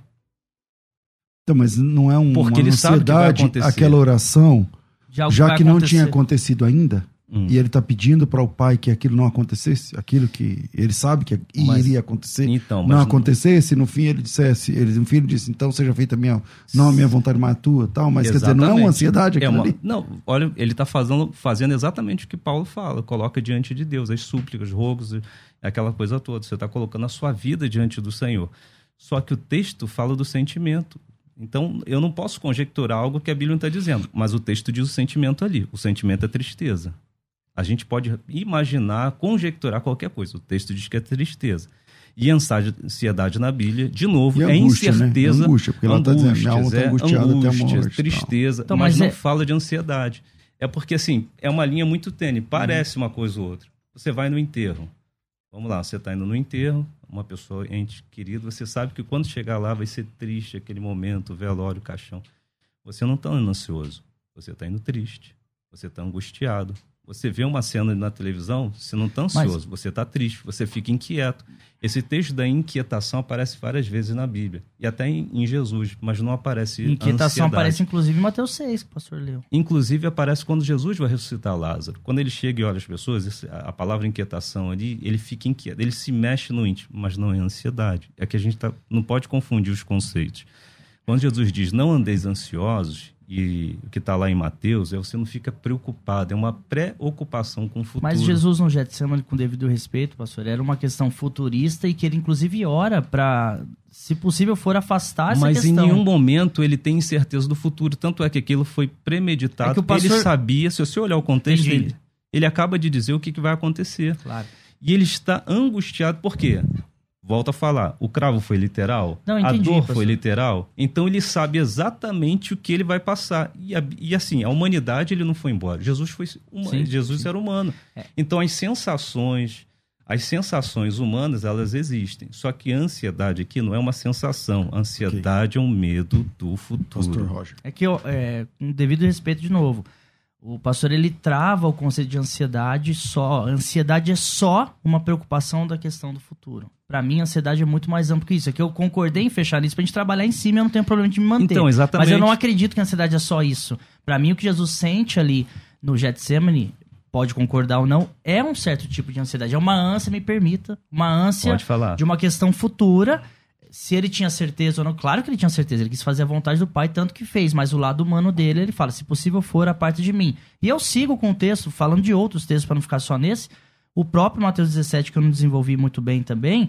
Então, mas não é um, Porque uma ele sabe ansiedade, que vai aquela oração, já, já que não acontecer. tinha acontecido ainda, hum. e ele está pedindo para o pai que aquilo não acontecesse, aquilo que ele sabe que mas, iria acontecer, então, não acontecesse, no fim ele dissesse, ele, no fim ele disse, então seja feita a minha, não a minha vontade, mas a tua, tal, mas exatamente. Quer dizer, não é uma ansiedade aquilo é uma, ali? Não, olha, ele está fazendo, fazendo exatamente o que Paulo fala, coloca diante de Deus, as súplicas, rogos, aquela coisa toda, você está colocando a sua vida diante do Senhor. Só que o texto fala do sentimento. Então, eu não posso conjecturar algo que a Bíblia não está dizendo, mas o texto diz o sentimento ali. O sentimento é tristeza. A gente pode imaginar, conjecturar qualquer coisa. O texto diz que é tristeza. E ansiedade na Bíblia, de novo, é angústia, incerteza. Né? Angústia, porque ela está dizendo, minha alma está angustiada até a morte. Tristeza, então, mas, mas não é... fala de ansiedade. É porque, assim, é uma linha muito tênue. Parece hum. uma coisa ou outra. Você vai no enterro. Vamos lá, você está indo no enterro, uma pessoa, ente querida, você sabe que quando chegar lá vai ser triste aquele momento, o velório, o caixão. Você não está indo ansioso, você está indo triste, você está angustiado. Você vê uma cena na televisão, você não está ansioso, Mas... você está triste, você fica inquieto. Esse texto da inquietação aparece várias vezes na Bíblia, e até em, em Jesus, mas não aparece inquietação ansiedade. Aparece inclusive em Mateus seis, que o pastor leu. Inclusive aparece quando Jesus vai ressuscitar Lázaro. Quando ele chega e olha as pessoas, a palavra inquietação ali, ele fica inquieto, ele se mexe no íntimo, mas não é ansiedade. É que a gente tá, não pode confundir os conceitos. Quando Jesus diz, não andeis ansiosos, e o que está lá em Mateus, é você não fica preocupado, é uma preocupação com o futuro. Mas Jesus no Getsemane, com devido respeito, pastor, era uma questão futurista e que ele inclusive ora para, se possível, for afastar essa Mas questão. Mas em nenhum momento ele tem incerteza do futuro, tanto é que aquilo foi premeditado, é que o pastor... ele sabia, se você olhar o contexto, ele, ele acaba de dizer o que, que vai acontecer. Claro. E ele está angustiado, por quê? Volto a falar, o cravo foi literal? Não, entendi, a dor pastor. foi literal? Então ele sabe exatamente o que ele vai passar. E, a, e assim, a humanidade ele não foi embora. Jesus, foi uma, sim, Jesus sim. era humano. É. Então as sensações, as sensações humanas, elas existem. Só que a ansiedade aqui não é uma sensação. A ansiedade okay. é um medo do futuro. Pastor Roger. É que, é, com devido respeito de novo, o pastor ele trava o conceito de ansiedade só. A ansiedade é só uma preocupação da questão do futuro. Para mim, a ansiedade é muito mais ampla que isso. É que eu concordei em fechar nisso pra gente trabalhar em cima e eu não tenho problema de me manter. Então, exatamente. Mas eu não acredito que a ansiedade é só isso. Para mim, o que Jesus sente ali no Getsemane, pode concordar ou não, é um certo tipo de ansiedade. É uma ânsia, me permita, uma ânsia de uma questão futura. Se ele tinha certeza ou não, claro que ele tinha certeza, ele quis fazer a vontade do Pai, tanto que fez, mas o lado humano dele, ele fala, se possível for a parte de mim. E eu sigo com o texto, falando de outros textos para não ficar só nesse, o próprio Mateus dezessete, que eu não desenvolvi muito bem também,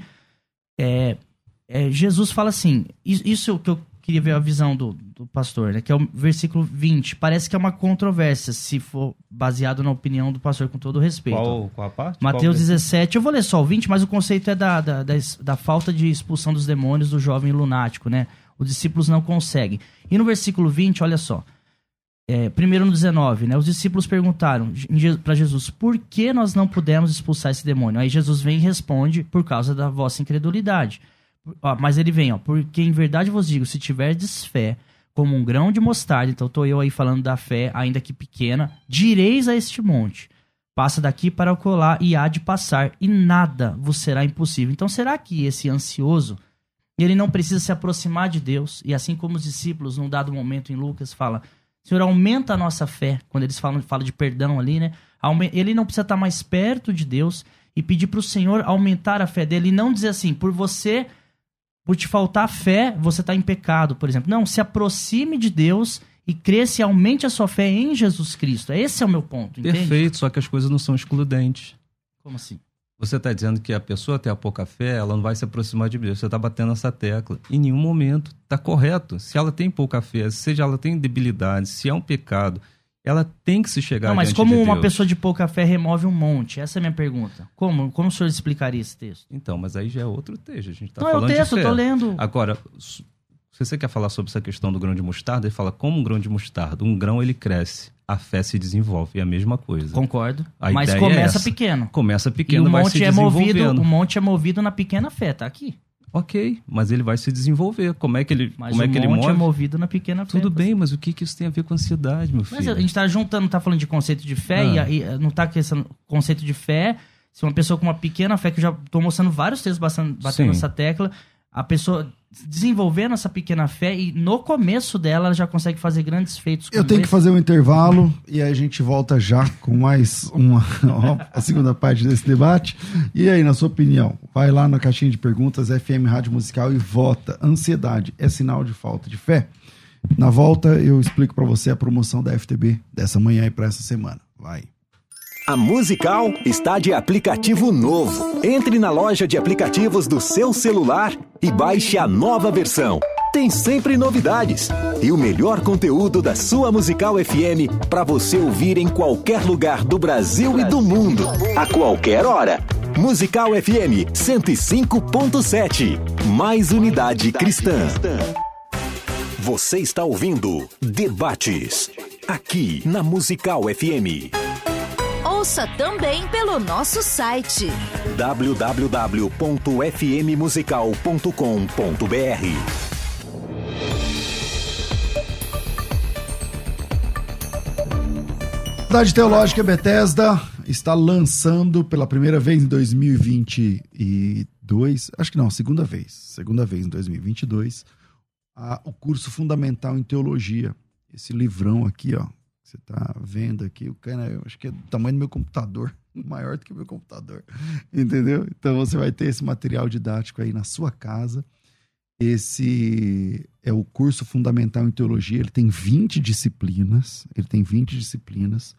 é, é, Jesus fala assim, isso é o que eu queria ver a visão do, do pastor, né, que é o versículo vinte, parece que é uma controvérsia, se for baseado na opinião do pastor, com todo o respeito. Qual, qual a parte? Mateus dezessete, eu vou ler só o vinte, mas o conceito é da, da, da, da falta de expulsão dos demônios do jovem lunático, né? Os discípulos não conseguem. E no versículo vinte, olha só, é, primeiro no dezenove, né? Os discípulos perguntaram para Jesus, por que nós não pudemos expulsar esse demônio? Aí Jesus vem e responde, por causa da vossa incredulidade. Ó, mas ele vem, ó, porque em verdade vos digo, se tiverdes fé como um grão de mostarda, então estou eu aí falando da fé, ainda que pequena, direis a este monte, passa daqui para acolá e há de passar, e nada vos será impossível. Então será que esse ansioso, ele não precisa se aproximar de Deus? E assim como os discípulos, num dado momento em Lucas, fala, Senhor, aumenta a nossa fé, quando eles falam, falam de perdão ali, né? Ele não precisa estar mais perto de Deus e pedir para o Senhor aumentar a fé dele, e não dizer assim, por você... Por te faltar fé, você está em pecado, por exemplo. Não, se aproxime de Deus e cresça e aumente a sua fé em Jesus Cristo. Esse é o meu ponto, entende? Perfeito, só que as coisas não são excludentes. Como assim? Você está dizendo que a pessoa tem a pouca fé, ela não vai se aproximar de Deus. Você está batendo essa tecla. Em nenhum momento. Está correto. Se ela tem pouca fé, seja ela tem debilidade, se é um pecado... Ela tem que se chegar Não, mas diante como de uma Deus. pessoa de pouca fé remove um monte? Essa é a minha pergunta. Como? Como o senhor explicaria esse texto? Então, mas aí já é outro texto. A gente está Não, falando é o texto, de fé. Eu tô lendo. Agora, se você quer falar sobre essa questão do grão de mostarda, ele fala como um grão de mostarda. Um grão, ele cresce. A fé se desenvolve. É a mesma coisa. Concordo. A mas ideia começa é pequeno. Começa pequeno, e o vai monte se é desenvolvendo. movido, o monte é movido na pequena fé, tá aqui. Ok, mas ele vai se desenvolver. Como é que ele, mas como o é que ele move? é movido na pequena fé. Tudo bem, mas o que, que isso tem a ver com ansiedade, meu filho? Mas a gente está juntando, está falando de conceito de fé ah. e, e não está questão conceito de fé. Se uma pessoa com uma pequena fé, que eu já estou mostrando vários textos batendo, batendo nessa tecla, a pessoa desenvolvendo essa pequena fé e no começo dela ela já consegue fazer grandes feitos. Eu tenho esse. que fazer um intervalo e aí a gente volta já com mais uma a segunda parte desse debate. E aí, na sua opinião, vai lá na caixinha de perguntas F M Rádio Musical e vota. Ansiedade é sinal de falta de fé? Na volta eu explico para você a promoção da F T B dessa manhã e para essa semana. Vai. A Musical está de aplicativo novo. Entre na loja de aplicativos do seu celular e baixe a nova versão. Tem sempre novidades e o melhor conteúdo da sua Musical F M para você ouvir em qualquer lugar do Brasil e do mundo, a qualquer hora. Musical F M cento e cinco ponto sete. Mais unidade cristã. Você está ouvindo Debates, aqui na Musical F M. Ouça também pelo nosso site w w w ponto f m musical ponto com ponto b r. A Faculdade Teológica Bethesda está lançando pela primeira vez em dois mil e vinte e dois, acho que não, segunda vez, segunda vez em dois mil e vinte e dois, a, o curso Fundamental em Teologia. Esse livrão aqui, ó. Você tá vendo aqui, o cara, eu acho que é do tamanho do meu computador, maior do que o meu computador, entendeu? Então você vai ter esse material didático aí na sua casa. Esse é o curso Fundamental em Teologia, ele tem vinte disciplinas, ele tem vinte disciplinas,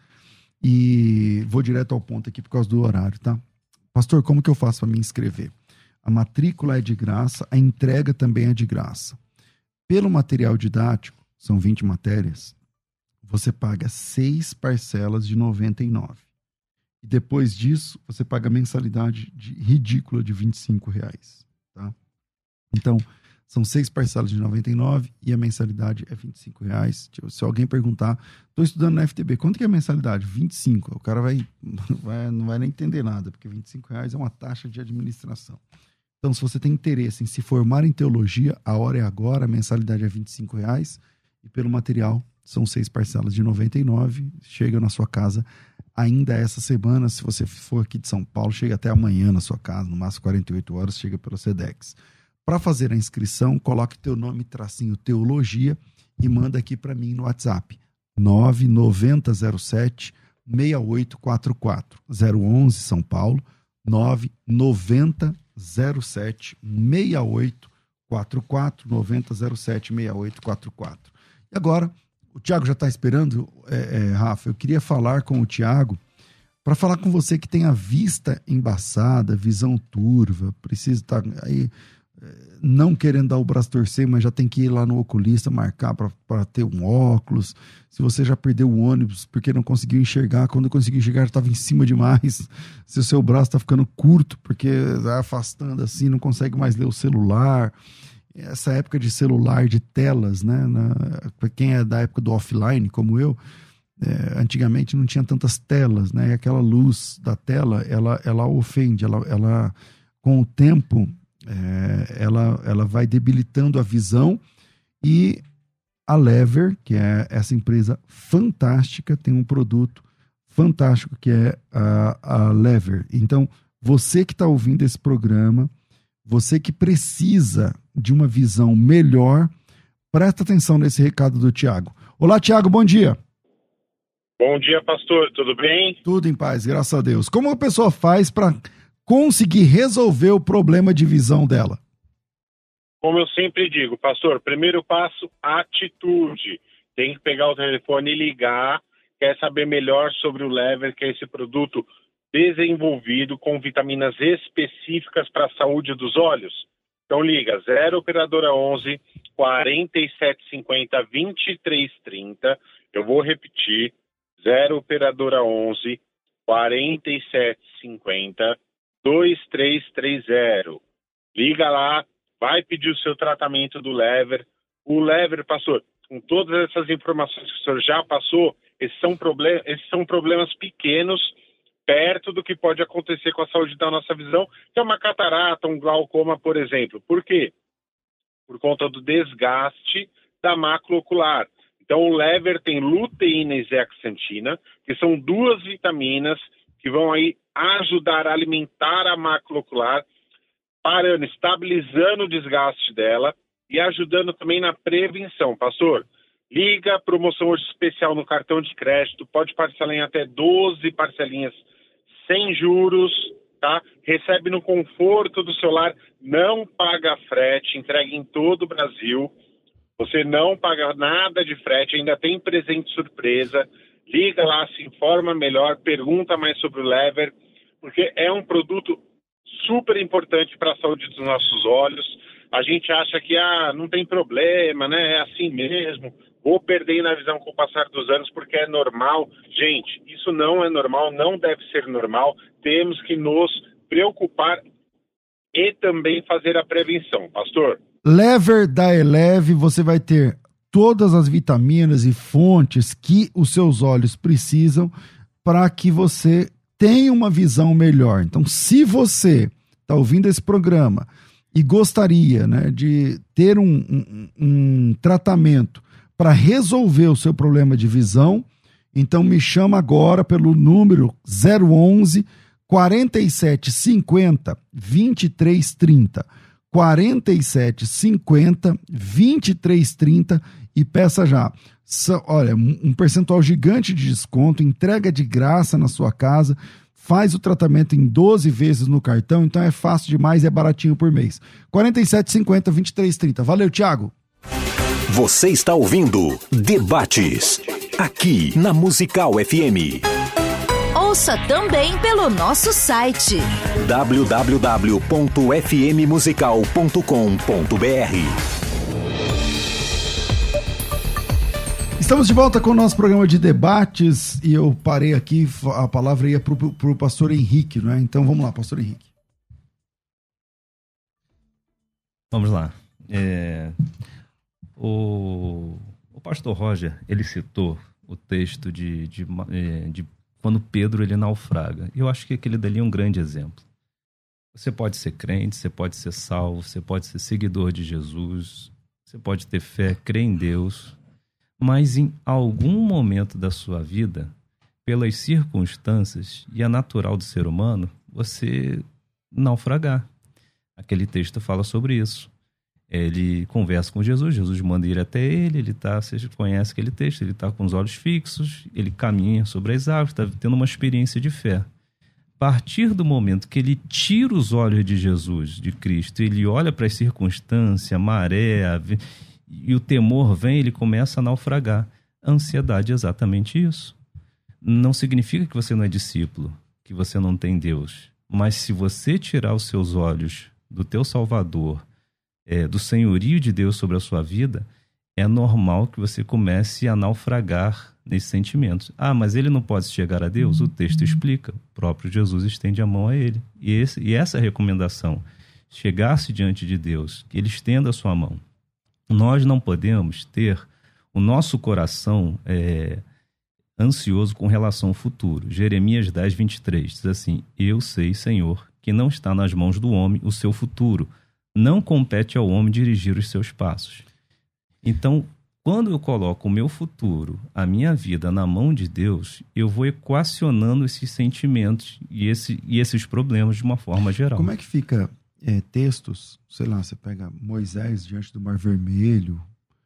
e vou direto ao ponto aqui por causa do horário, tá? Pastor, como que eu faço para me inscrever? A matrícula é de graça, a entrega também é de graça. Pelo material didático, são vinte matérias, você paga seis parcelas de noventa e nove reais. E depois disso, você paga a mensalidade de, ridícula de vinte e cinco reais. Tá? Então, são seis parcelas de noventa e nove reais e a mensalidade é vinte e cinco reais. Se alguém perguntar, estou estudando na F T B, quanto que é a mensalidade? vinte e cinco. O cara vai, vai, não vai nem entender nada, porque vinte e cinco reais é uma taxa de administração. Então, se você tem interesse em se formar em teologia, a hora é agora, a mensalidade é vinte e cinco reais e pelo material são seis parcelas de noventa e nove reais, chega na sua casa ainda essa semana. Se você for aqui de São Paulo, chega até amanhã na sua casa, no máximo quarenta e oito horas, chega pelo SEDEX. Para fazer a inscrição, coloque teu nome, tracinho teologia e manda aqui para mim no WhatsApp, nove nove zero zero sete seis oito quatro quatro, zero onze São Paulo, nove nove zero sete seis oito quatro quatro, nove zero zero sete seis oito quatro quatro. E agora, o Tiago já está esperando, é, é, Rafa, eu queria falar com o Tiago para falar com você que tem a vista embaçada, visão turva, precisa estar aí não querendo dar o braço torcer, mas já tem que ir lá no oculista marcar para ter um óculos. Se você já perdeu o ônibus porque não conseguiu enxergar, quando conseguiu enxergar já estava em cima demais. Se o seu braço está ficando curto porque está afastando assim, não consegue mais ler o celular. Essa época de celular, de telas, né? Para quem é da época do offline, como eu, é, antigamente não tinha tantas telas, né? E aquela luz da tela, ela, ela ofende, ela, ela com o tempo, é, ela, ela vai debilitando a visão. E a Lever, que é essa empresa fantástica, tem um produto fantástico que é a, a Lever. Então, você que está ouvindo esse programa, você que precisa de uma visão melhor, presta atenção nesse recado do Tiago. Olá, Tiago, bom dia. Bom dia, pastor, tudo bem? Tudo em paz, graças a Deus. Como a pessoa faz para conseguir resolver o problema de visão dela? Como eu sempre digo, pastor, primeiro passo, atitude. Tem que pegar o telefone e ligar, quer saber melhor sobre o Lever, que é esse produto desenvolvido com vitaminas específicas para a saúde dos olhos. Então liga, zero operadora onze, quarenta e sete cinquenta, vinte e três trinta. Eu vou repetir, zero operadora onze, quarenta e sete cinquenta, vinte e três trinta. Liga lá, vai pedir o seu tratamento do Lever. O Lever, pastor, com todas essas informações que o senhor já passou, esses são, problem- esses são problemas pequenos perto do que pode acontecer com a saúde da nossa visão, que é uma catarata, um glaucoma, por exemplo. Por quê? Por conta do desgaste da mácula ocular. Então, o lever tem luteína e zeaxantina, que são duas vitaminas que vão aí ajudar a alimentar a mácula ocular, parando, estabilizando o desgaste dela e ajudando também na prevenção. Pastor, liga, promoção hoje especial no cartão de crédito, pode parcelar em até doze parcelinhas sem juros, tá? Recebe no conforto do celular, não paga frete, entrega em todo o Brasil. Você não paga nada de frete, ainda tem presente surpresa. Liga lá, se informa melhor, pergunta mais sobre o lever, porque é um produto super importante para a saúde dos nossos olhos. A gente acha que ah, não tem problema, né? É assim mesmo. Vou perder na visão com o passar dos anos porque é normal. Gente, isso não é normal, não deve ser normal. Temos que nos preocupar e também fazer a prevenção. Pastor? Lever da Eleve, você vai ter todas as vitaminas e fontes que os seus olhos precisam para que você tenha uma visão melhor. Então, se você está ouvindo esse programa e gostaria, né, de ter um, um, um tratamento para resolver o seu problema de visão, então me chama agora pelo número zero onze, quarenta e sete cinquenta, vinte e três trinta. quarenta e sete cinquenta, vinte e três trinta e peça já. Olha, um percentual gigante de desconto, entrega de graça na sua casa, faz o tratamento em doze vezes no cartão, então é fácil demais e é baratinho por mês. quarenta e sete cinquenta, vinte e três trinta. Valeu, Thiago! Você está ouvindo Debates, aqui na Musical F M. Ouça também pelo nosso site w w w ponto f m musical ponto com ponto b r. Estamos de volta com o nosso programa de debates e eu parei aqui, a palavra ia para o pastor Henrique, não é? Então vamos lá, pastor Henrique. Vamos lá. É, o, o pastor Roger, ele citou o texto de, de, de quando Pedro ele naufraga. Eu acho que aquele dali é um grande exemplo. Você pode ser crente, você pode ser salvo, você pode ser seguidor de Jesus, você pode ter fé, crer em Deus, mas em algum momento da sua vida, pelas circunstâncias, e é natural do ser humano, você naufragar. Aquele texto fala sobre isso. Ele conversa com Jesus, Jesus manda ir até ele, ele tá, você conhece aquele texto, ele está com os olhos fixos, ele caminha sobre as águas, está tendo uma experiência de fé. A partir do momento que ele tira os olhos de Jesus, de Cristo, ele olha para as circunstâncias, a maré, a... e o temor vem, ele começa a naufragar. A ansiedade é exatamente isso. Não significa que você não é discípulo, que você não tem Deus, mas se você tirar os seus olhos do teu Salvador, É, do senhorio de Deus sobre a sua vida, é normal que você comece a naufragar nesses sentimentos. Ah, mas ele não pode chegar a Deus? O texto explica. O próprio Jesus estende a mão a ele. E, esse, e essa recomendação, chegar-se diante de Deus, que ele estenda a sua mão. Nós não podemos ter o nosso coração é, ansioso com relação ao futuro. Jeremias dez, vinte e três diz assim: eu sei, Senhor, que não está nas mãos do homem o seu futuro. Não compete ao homem dirigir os seus passos. Então, quando eu coloco o meu futuro, a minha vida na mão de Deus, eu vou equacionando esses sentimentos e, esse, e esses problemas de uma forma geral. Como é que fica é, textos, sei lá, você pega Moisés diante do Mar Vermelho,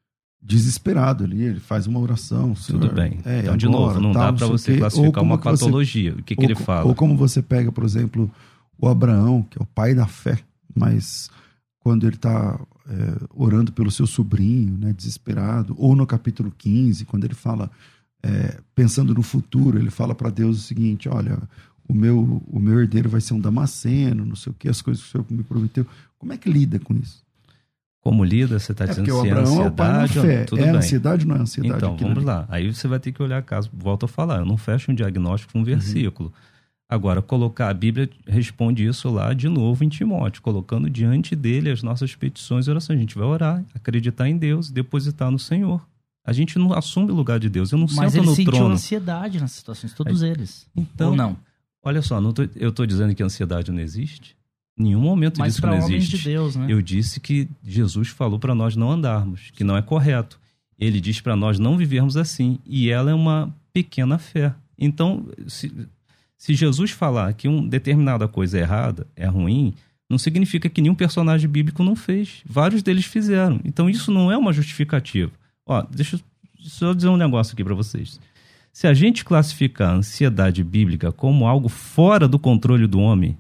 desesperado ali, ele faz uma oração. Senhor, tudo bem. É, então, agora, de novo, não tal, dá para você classificar uma patologia. Você, o que, que ou, ele fala? Ou como você pega, por exemplo, o Abraão, que é o pai da fé, mas quando ele está é, orando pelo seu sobrinho, né, desesperado, ou no capítulo quinze, quando ele fala, é, pensando no futuro, ele fala para Deus o seguinte: olha, o meu, o meu herdeiro vai ser um Damasceno, não sei o que, as coisas que o Senhor me prometeu. Como é que lida com isso? Como lida? Você está é dizendo se é ansiedade é o pai da fé. Tudo é bem. Ansiedade ou não é ansiedade? Então, vamos ali? lá. Aí você vai ter que olhar caso, volto a falar, eu não fecho um diagnóstico com um versículo. Uhum. Agora, colocar a Bíblia responde isso lá de novo em Timóteo, colocando diante dele as nossas petições e orações. A gente vai orar, acreditar em Deus, depositar no Senhor. A gente não assume o lugar de Deus. Eu não Mas sento no trono. Mas ele sentiu ansiedade nas situações, todos Aí, eles. Então, Ou não? Olha só, não tô, eu estou dizendo que a ansiedade não existe? Em nenhum momento Mas disse que não existe. De Deus, né? Eu disse que Jesus falou para nós não andarmos, que não é correto. Ele diz para nós não vivermos assim. E ela é uma pequena fé. Então, se, se Jesus falar que uma determinada coisa é errada, é ruim, não significa que nenhum personagem bíblico não fez. Vários deles fizeram. Então, isso não é uma justificativa. Ó, deixa eu só dizer um negócio aqui para vocês. Se a gente classificar a ansiedade bíblica como algo fora do controle do homem,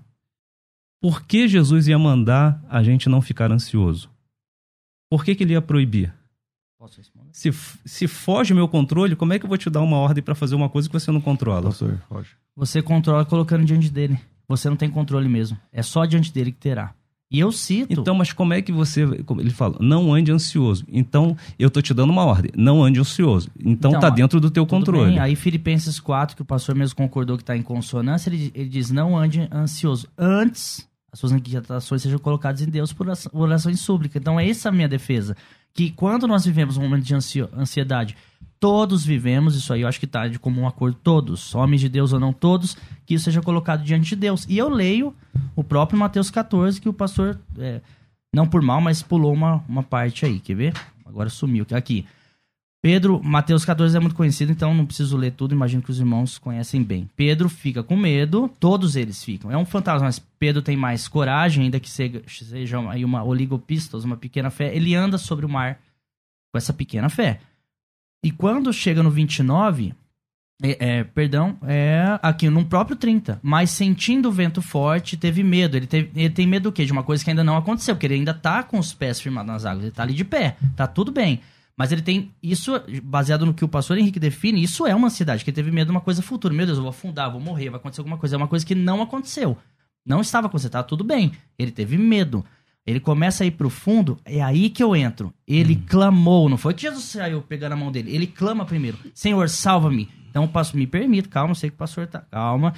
por que Jesus ia mandar a gente não ficar ansioso? Por que que ele ia proibir? Posso responder? Se, se foge o meu controle, como é que eu vou te dar uma ordem para fazer uma coisa que você não controla? Pastor, foge. Você controla colocando diante dele. Você não tem controle mesmo. É só diante dele que terá. E eu cito... Então, mas como é que você... Como ele fala, não ande ansioso. Então, eu tô te dando uma ordem. Não ande ansioso. Então, então tá dentro do teu controle. Bem. Aí, Filipenses quatro, que o pastor mesmo concordou que tá em consonância, ele, ele diz, não ande ansioso. Antes, as suas inquietações sejam colocadas em Deus por oração e súplica. Então, é essa a minha defesa. Que quando nós vivemos um momento de ansiedade, todos vivemos, isso aí eu acho que tá de comum acordo, todos, homens de Deus ou não todos, que isso seja colocado diante de Deus. E eu leio o próprio Mateus catorze, que o pastor, é, não por mal, mas pulou uma, uma parte aí, quer ver? Agora sumiu, aqui. Pedro, Mateus catorze é muito conhecido, então não preciso ler tudo, imagino que os irmãos conhecem bem. Pedro fica com medo, todos eles ficam. É um fantasma, mas Pedro tem mais coragem, ainda que seja, seja aí uma oligopistos, uma pequena fé. Ele anda sobre o mar com essa pequena fé. E quando chega no vinte e nove, é, é, perdão, é aqui no próprio trinta, mas sentindo o vento forte, teve medo. Ele, teve, ele tem medo do quê? De uma coisa que ainda não aconteceu, porque ele ainda tá com os pés firmados nas águas, ele tá ali de pé, tá tudo bem. Mas ele tem, isso, baseado no que o pastor Henrique define, isso é uma ansiedade, que ele teve medo de uma coisa futura. Meu Deus, eu vou afundar, vou morrer, vai acontecer alguma coisa. É uma coisa que não aconteceu. Não estava acontecendo, tá tudo bem. Ele teve medo. Ele começa a ir pro fundo, é aí que eu entro. Ele hum. clamou, não foi que Jesus saiu pegando a mão dele. Ele clama primeiro, Senhor, salva-me. Então o pastor, me permita, calma, eu sei que o pastor tá, calma.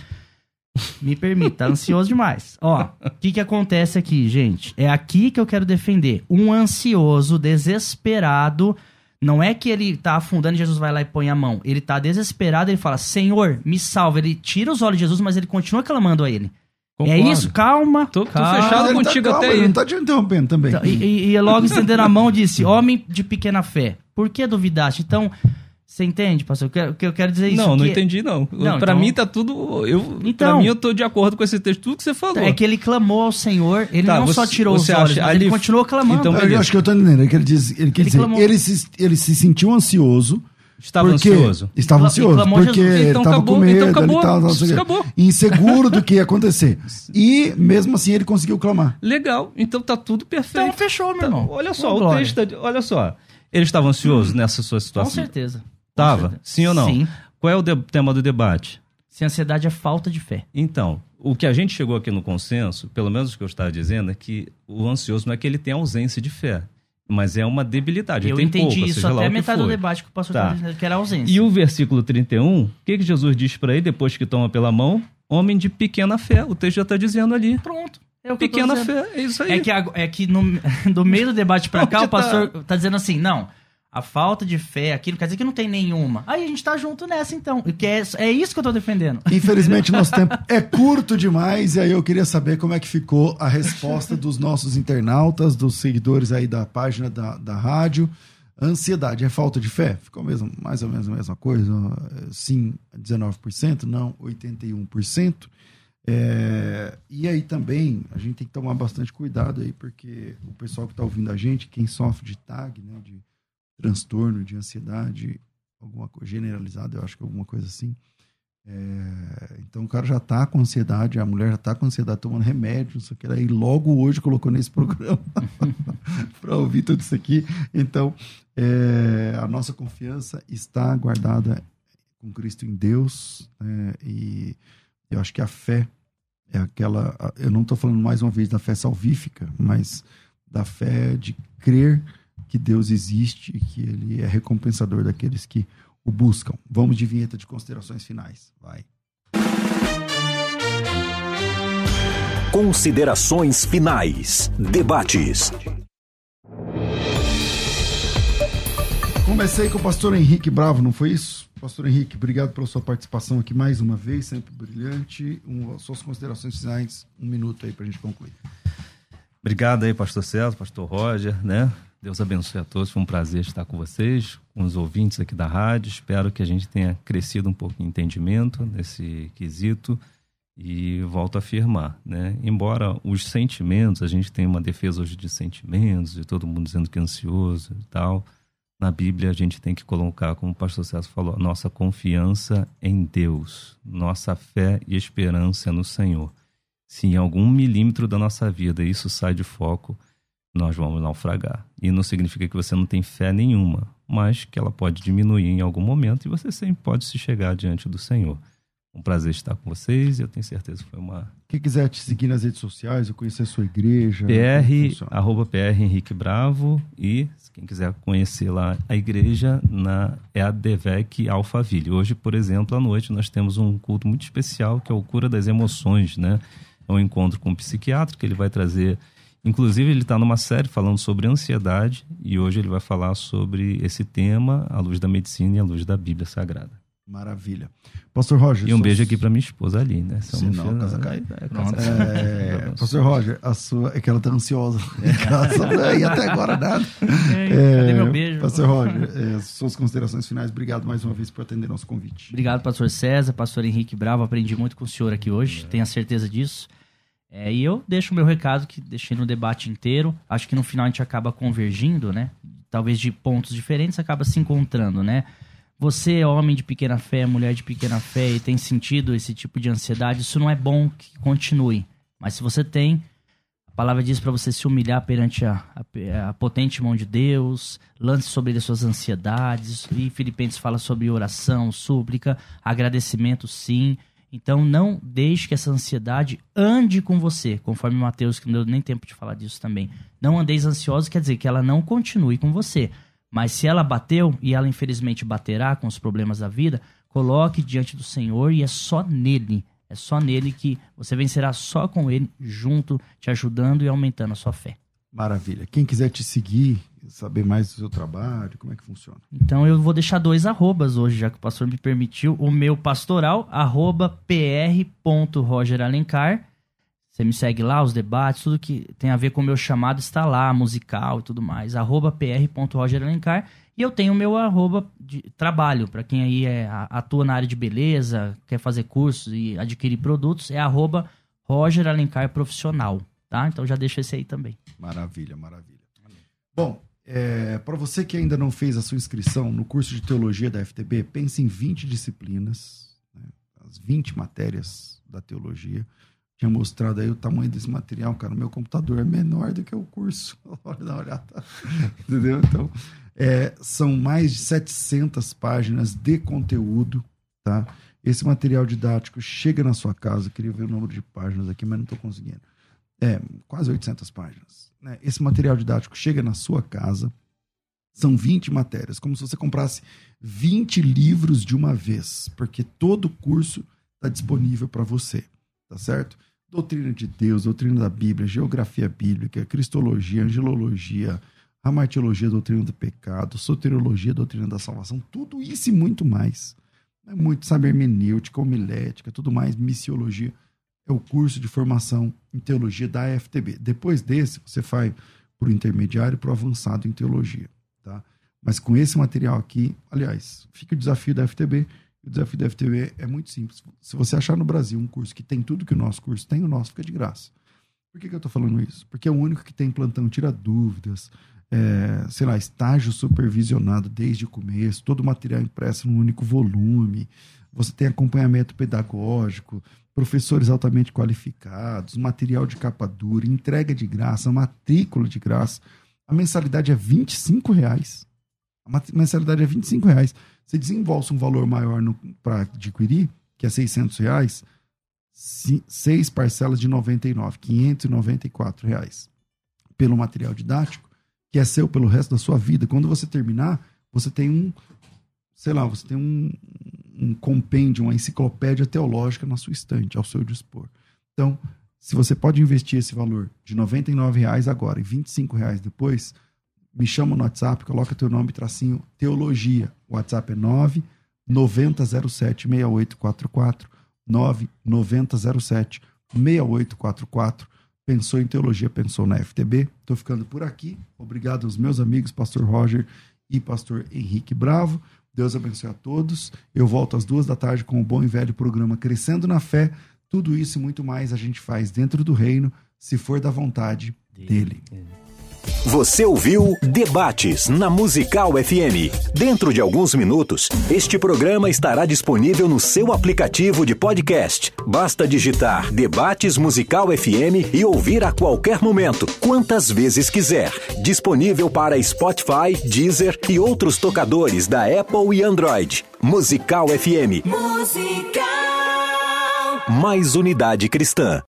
Me permita, tá ansioso demais. Ó, o que que acontece aqui, gente? É aqui que eu quero defender. Um ansioso, desesperado, não é que ele tá afundando e Jesus vai lá e põe a mão. Ele tá desesperado, ele fala, Senhor, me salva. Ele tira os olhos de Jesus, mas ele continua clamando a ele. Concordo. É isso, calma. Tô, calma. tô fechado contigo tá, até calma, aí. Ele não tá te interrompendo também. Então, e, e logo estendendo a mão disse, homem de pequena fé, por que duvidaste? Então, você entende, pastor? O que eu, que eu quero dizer é isso. Não, que... não entendi, não. não pra então... mim tá tudo... Eu, então, pra mim eu tô de acordo com esse texto, tudo que você falou. É que ele clamou ao Senhor, ele tá, não você, só tirou os olhos, mas ali... ele continuou clamando. Então, eu acho que eu tô entendendo. É que ele, diz, ele quer ele dizer, ele se, ele se sentiu ansioso. Estava porque ansioso. Estava ansioso, porque Jesus. ele então estava acabou, com medo, então acabou, ele tava, isso acabou. inseguro do que ia acontecer. E, mesmo assim, ele conseguiu clamar. Legal, então tá tudo perfeito. Então fechou, meu tá, irmão. Olha só, o texto, olha só. Ele estava ansioso hum. nessa sua situação? Com certeza. Tava? Sim ou não? Sim. Qual é o de- tema do debate? Se a ansiedade é falta de fé. Então, o que a gente chegou aqui no consenso, pelo menos o que eu estava dizendo, é que o ansioso não é que ele tem ausência de fé, mas é uma debilidade. Eu ele tem entendi pouca, isso seja até lá metade do foi. debate que o pastor tá. dizendo, que era ausência. E o versículo trinta e um, o que, que Jesus diz para ele depois que toma pela mão? Homem de pequena fé. O texto já está dizendo ali. Pronto. É o que pequena eu tô fé, é isso aí. É que, é que no, do meio do debate para cá, o pastor tá... tá dizendo assim, não... A falta de fé, aquilo quer dizer que não tem nenhuma. Aí a gente tá junto nessa, então. Que é, é isso que eu tô defendendo. Infelizmente, nosso tempo é curto demais. E aí eu queria saber como é que ficou a resposta dos nossos internautas, dos seguidores aí da página da, da rádio. Ansiedade é falta de fé? Ficou mesmo, mais ou menos a mesma coisa? Sim, dezenove por cento. Não, oitenta e um por cento. É, e aí também a gente tem que tomar bastante cuidado aí, porque o pessoal que tá ouvindo a gente, quem sofre de T A G, né, de transtorno de ansiedade, alguma coisa generalizada, eu acho que alguma coisa assim. É, então o cara já tá com ansiedade, a mulher já tá com ansiedade, tomando remédio, não sei o que lá, e logo hoje colocou nesse programa para ouvir tudo isso aqui. Então, é, a nossa confiança está guardada com Cristo em Deus, né, e eu acho que a fé é aquela, eu não estou falando mais uma vez da fé salvífica, mas da fé de crer que Deus existe e que Ele é recompensador daqueles que o buscam. Vamos de vinheta de considerações finais. Vai. Considerações finais. Debates. Comecei com o pastor Henrique Bravo, não foi isso? Pastor Henrique, obrigado pela sua participação aqui mais uma vez, sempre brilhante. Um, suas considerações finais, um minuto aí pra gente concluir. Obrigado aí, pastor César, pastor Roger, né? Deus abençoe a todos, foi um prazer estar com vocês, com os ouvintes aqui da rádio. Espero que a gente tenha crescido um pouco em entendimento nesse quesito e volto a afirmar, né? Embora os sentimentos, a gente tem uma defesa hoje de sentimentos, de todo mundo dizendo que é ansioso e tal, na Bíblia a gente tem que colocar, como o pastor César falou, nossa confiança em Deus, nossa fé e esperança no Senhor. Se em algum milímetro da nossa vida isso sai de foco, nós vamos naufragar. E não significa que você não tem fé nenhuma, mas que ela pode diminuir em algum momento e você sempre pode se chegar diante do Senhor. Um prazer estar com vocês e eu tenho certeza que foi uma... Quem quiser te seguir nas redes sociais, ou conhecer a sua igreja... P R, arroba P R Henrique Bravo, e quem quiser conhecer lá a igreja, na, é a D V E C Alphaville. Hoje, por exemplo, à noite nós temos um culto muito especial que é o Cura das Emoções, né? É um encontro com um psiquiatra que ele vai trazer... Inclusive, ele está numa série falando sobre ansiedade e hoje ele vai falar sobre esse tema à luz da medicina e à luz da Bíblia Sagrada. Maravilha. Pastor Roger... E um beijo aqui para minha esposa ali, né? Se não, não casa cai. É, casa é, é, Pastor Roger, a sua... É que ela tá ansiosa. É. E até agora nada. É, cadê meu beijo? Pastor Roger, é, suas considerações finais. Obrigado mais uma vez por atender nosso convite. Obrigado, pastor César, pastor Henrique Bravo. Aprendi muito com o senhor aqui hoje. É. Tenho a certeza disso. É, e eu deixo o meu recado, que deixei no debate inteiro. Acho que no final a gente acaba convergindo, né? Talvez de pontos diferentes, acaba se encontrando, né? Você é homem de pequena fé, mulher de pequena fé e tem sentido esse tipo de ansiedade, isso não é bom que continue. Mas se você tem, a palavra diz para você se humilhar perante a, a, a potente mão de Deus, lance sobre as suas ansiedades, e Filipenses fala sobre oração, súplica, agradecimento, sim. Então não deixe que essa ansiedade ande com você, conforme Mateus, que não deu nem tempo de falar disso também. Não andeis ansiosos, quer dizer que ela não continue com você. Mas se ela bateu, e ela infelizmente baterá com os problemas da vida, coloque diante do Senhor e é só nele. É só nele que você vencerá, só com ele, junto, te ajudando e aumentando a sua fé. Maravilha. Quem quiser te seguir, saber mais do seu trabalho, como é que funciona? Então eu vou deixar dois arrobas hoje, já que o pastor me permitiu. O meu pastoral, arroba pr.rogeralencar. Você me segue lá, os debates, tudo que tem a ver com o meu chamado está lá, musical e tudo mais. Arroba pr.rogeralencar. E eu tenho o meu arroba de trabalho, para quem aí é, atua na área de beleza, quer fazer cursos e adquirir produtos, é arroba rogeralencar profissional. Tá? Então já deixo esse aí também. Maravilha, maravilha. Bom, é, para você que ainda não fez a sua inscrição no curso de teologia da F T B, pense em vinte disciplinas, né, as vinte matérias da teologia. Tinha mostrado aí o tamanho desse material, cara. O meu computador é menor do que o curso. Olha, dá uma olhada. Entendeu? Então, é, são mais de setecentas páginas de conteúdo, tá? Esse material didático chega na sua casa. Eu queria ver o número de páginas aqui, mas não estou conseguindo. É, quase oitocentas páginas. Né? Esse material didático chega na sua casa. São vinte matérias, como se você comprasse vinte livros de uma vez, porque todo o curso está disponível para você, tá certo? Doutrina de Deus, doutrina da Bíblia, geografia bíblica, cristologia, angelologia, hamartiologia, doutrina do pecado, soteriologia, doutrina da salvação, tudo isso e muito mais. É muito, sabe, hermenêutica, homilética, tudo mais, missiologia. É o curso de formação em teologia da F T B. Depois desse, você vai para o intermediário e para o avançado em teologia, tá? Mas com esse material aqui, aliás, fica o desafio da F T B. O desafio da F T B é muito simples. Se você achar no Brasil um curso que tem tudo que o nosso curso tem, o nosso fica de graça. Por que, que eu estou falando isso? Porque é o único que tem plantão tira dúvidas, é, sei lá, estágio supervisionado desde o começo, todo o material impresso num único volume, você tem acompanhamento pedagógico, professores altamente qualificados, material de capa dura, entrega de graça, matrícula de graça. A mensalidade é vinte e cinco reais. A mensalidade é vinte e cinco reais. Você desembolsa um valor maior para adquirir, que é seiscentos reais, seis parcelas de noventa e nove, quinhentos e noventa e quatro reais. Pelo material didático, que é seu pelo resto da sua vida. Quando você terminar, você tem um, sei lá, você tem um, um compêndio, uma enciclopédia teológica na sua estante, ao seu dispor. Então, se você pode investir esse valor de noventa e nove reais agora e vinte e cinco reais depois, me chama no WhatsApp, coloca teu nome, tracinho, teologia. O WhatsApp é nove nove zero zero sete, seis oito quatro quatro, nove nove zero zero sete, seis oito quatro quatro. Pensou em teologia, pensou na F T B. Estou ficando por aqui. Obrigado aos meus amigos, pastor Roger e pastor Henrique Bravo. Deus abençoe a todos. Eu volto às duas da tarde com o bom e velho programa Crescendo na Fé. Tudo isso e muito mais a gente faz dentro do reino, se for da vontade dele. Você ouviu Debates na Musical F M. Dentro de alguns minutos, este programa estará disponível no seu aplicativo de podcast. Basta digitar Debates Musical F M e ouvir a qualquer momento, quantas vezes quiser. Disponível para Spotify, Deezer e outros tocadores da Apple e Android. Musical F M. Musical. Mais unidade cristã.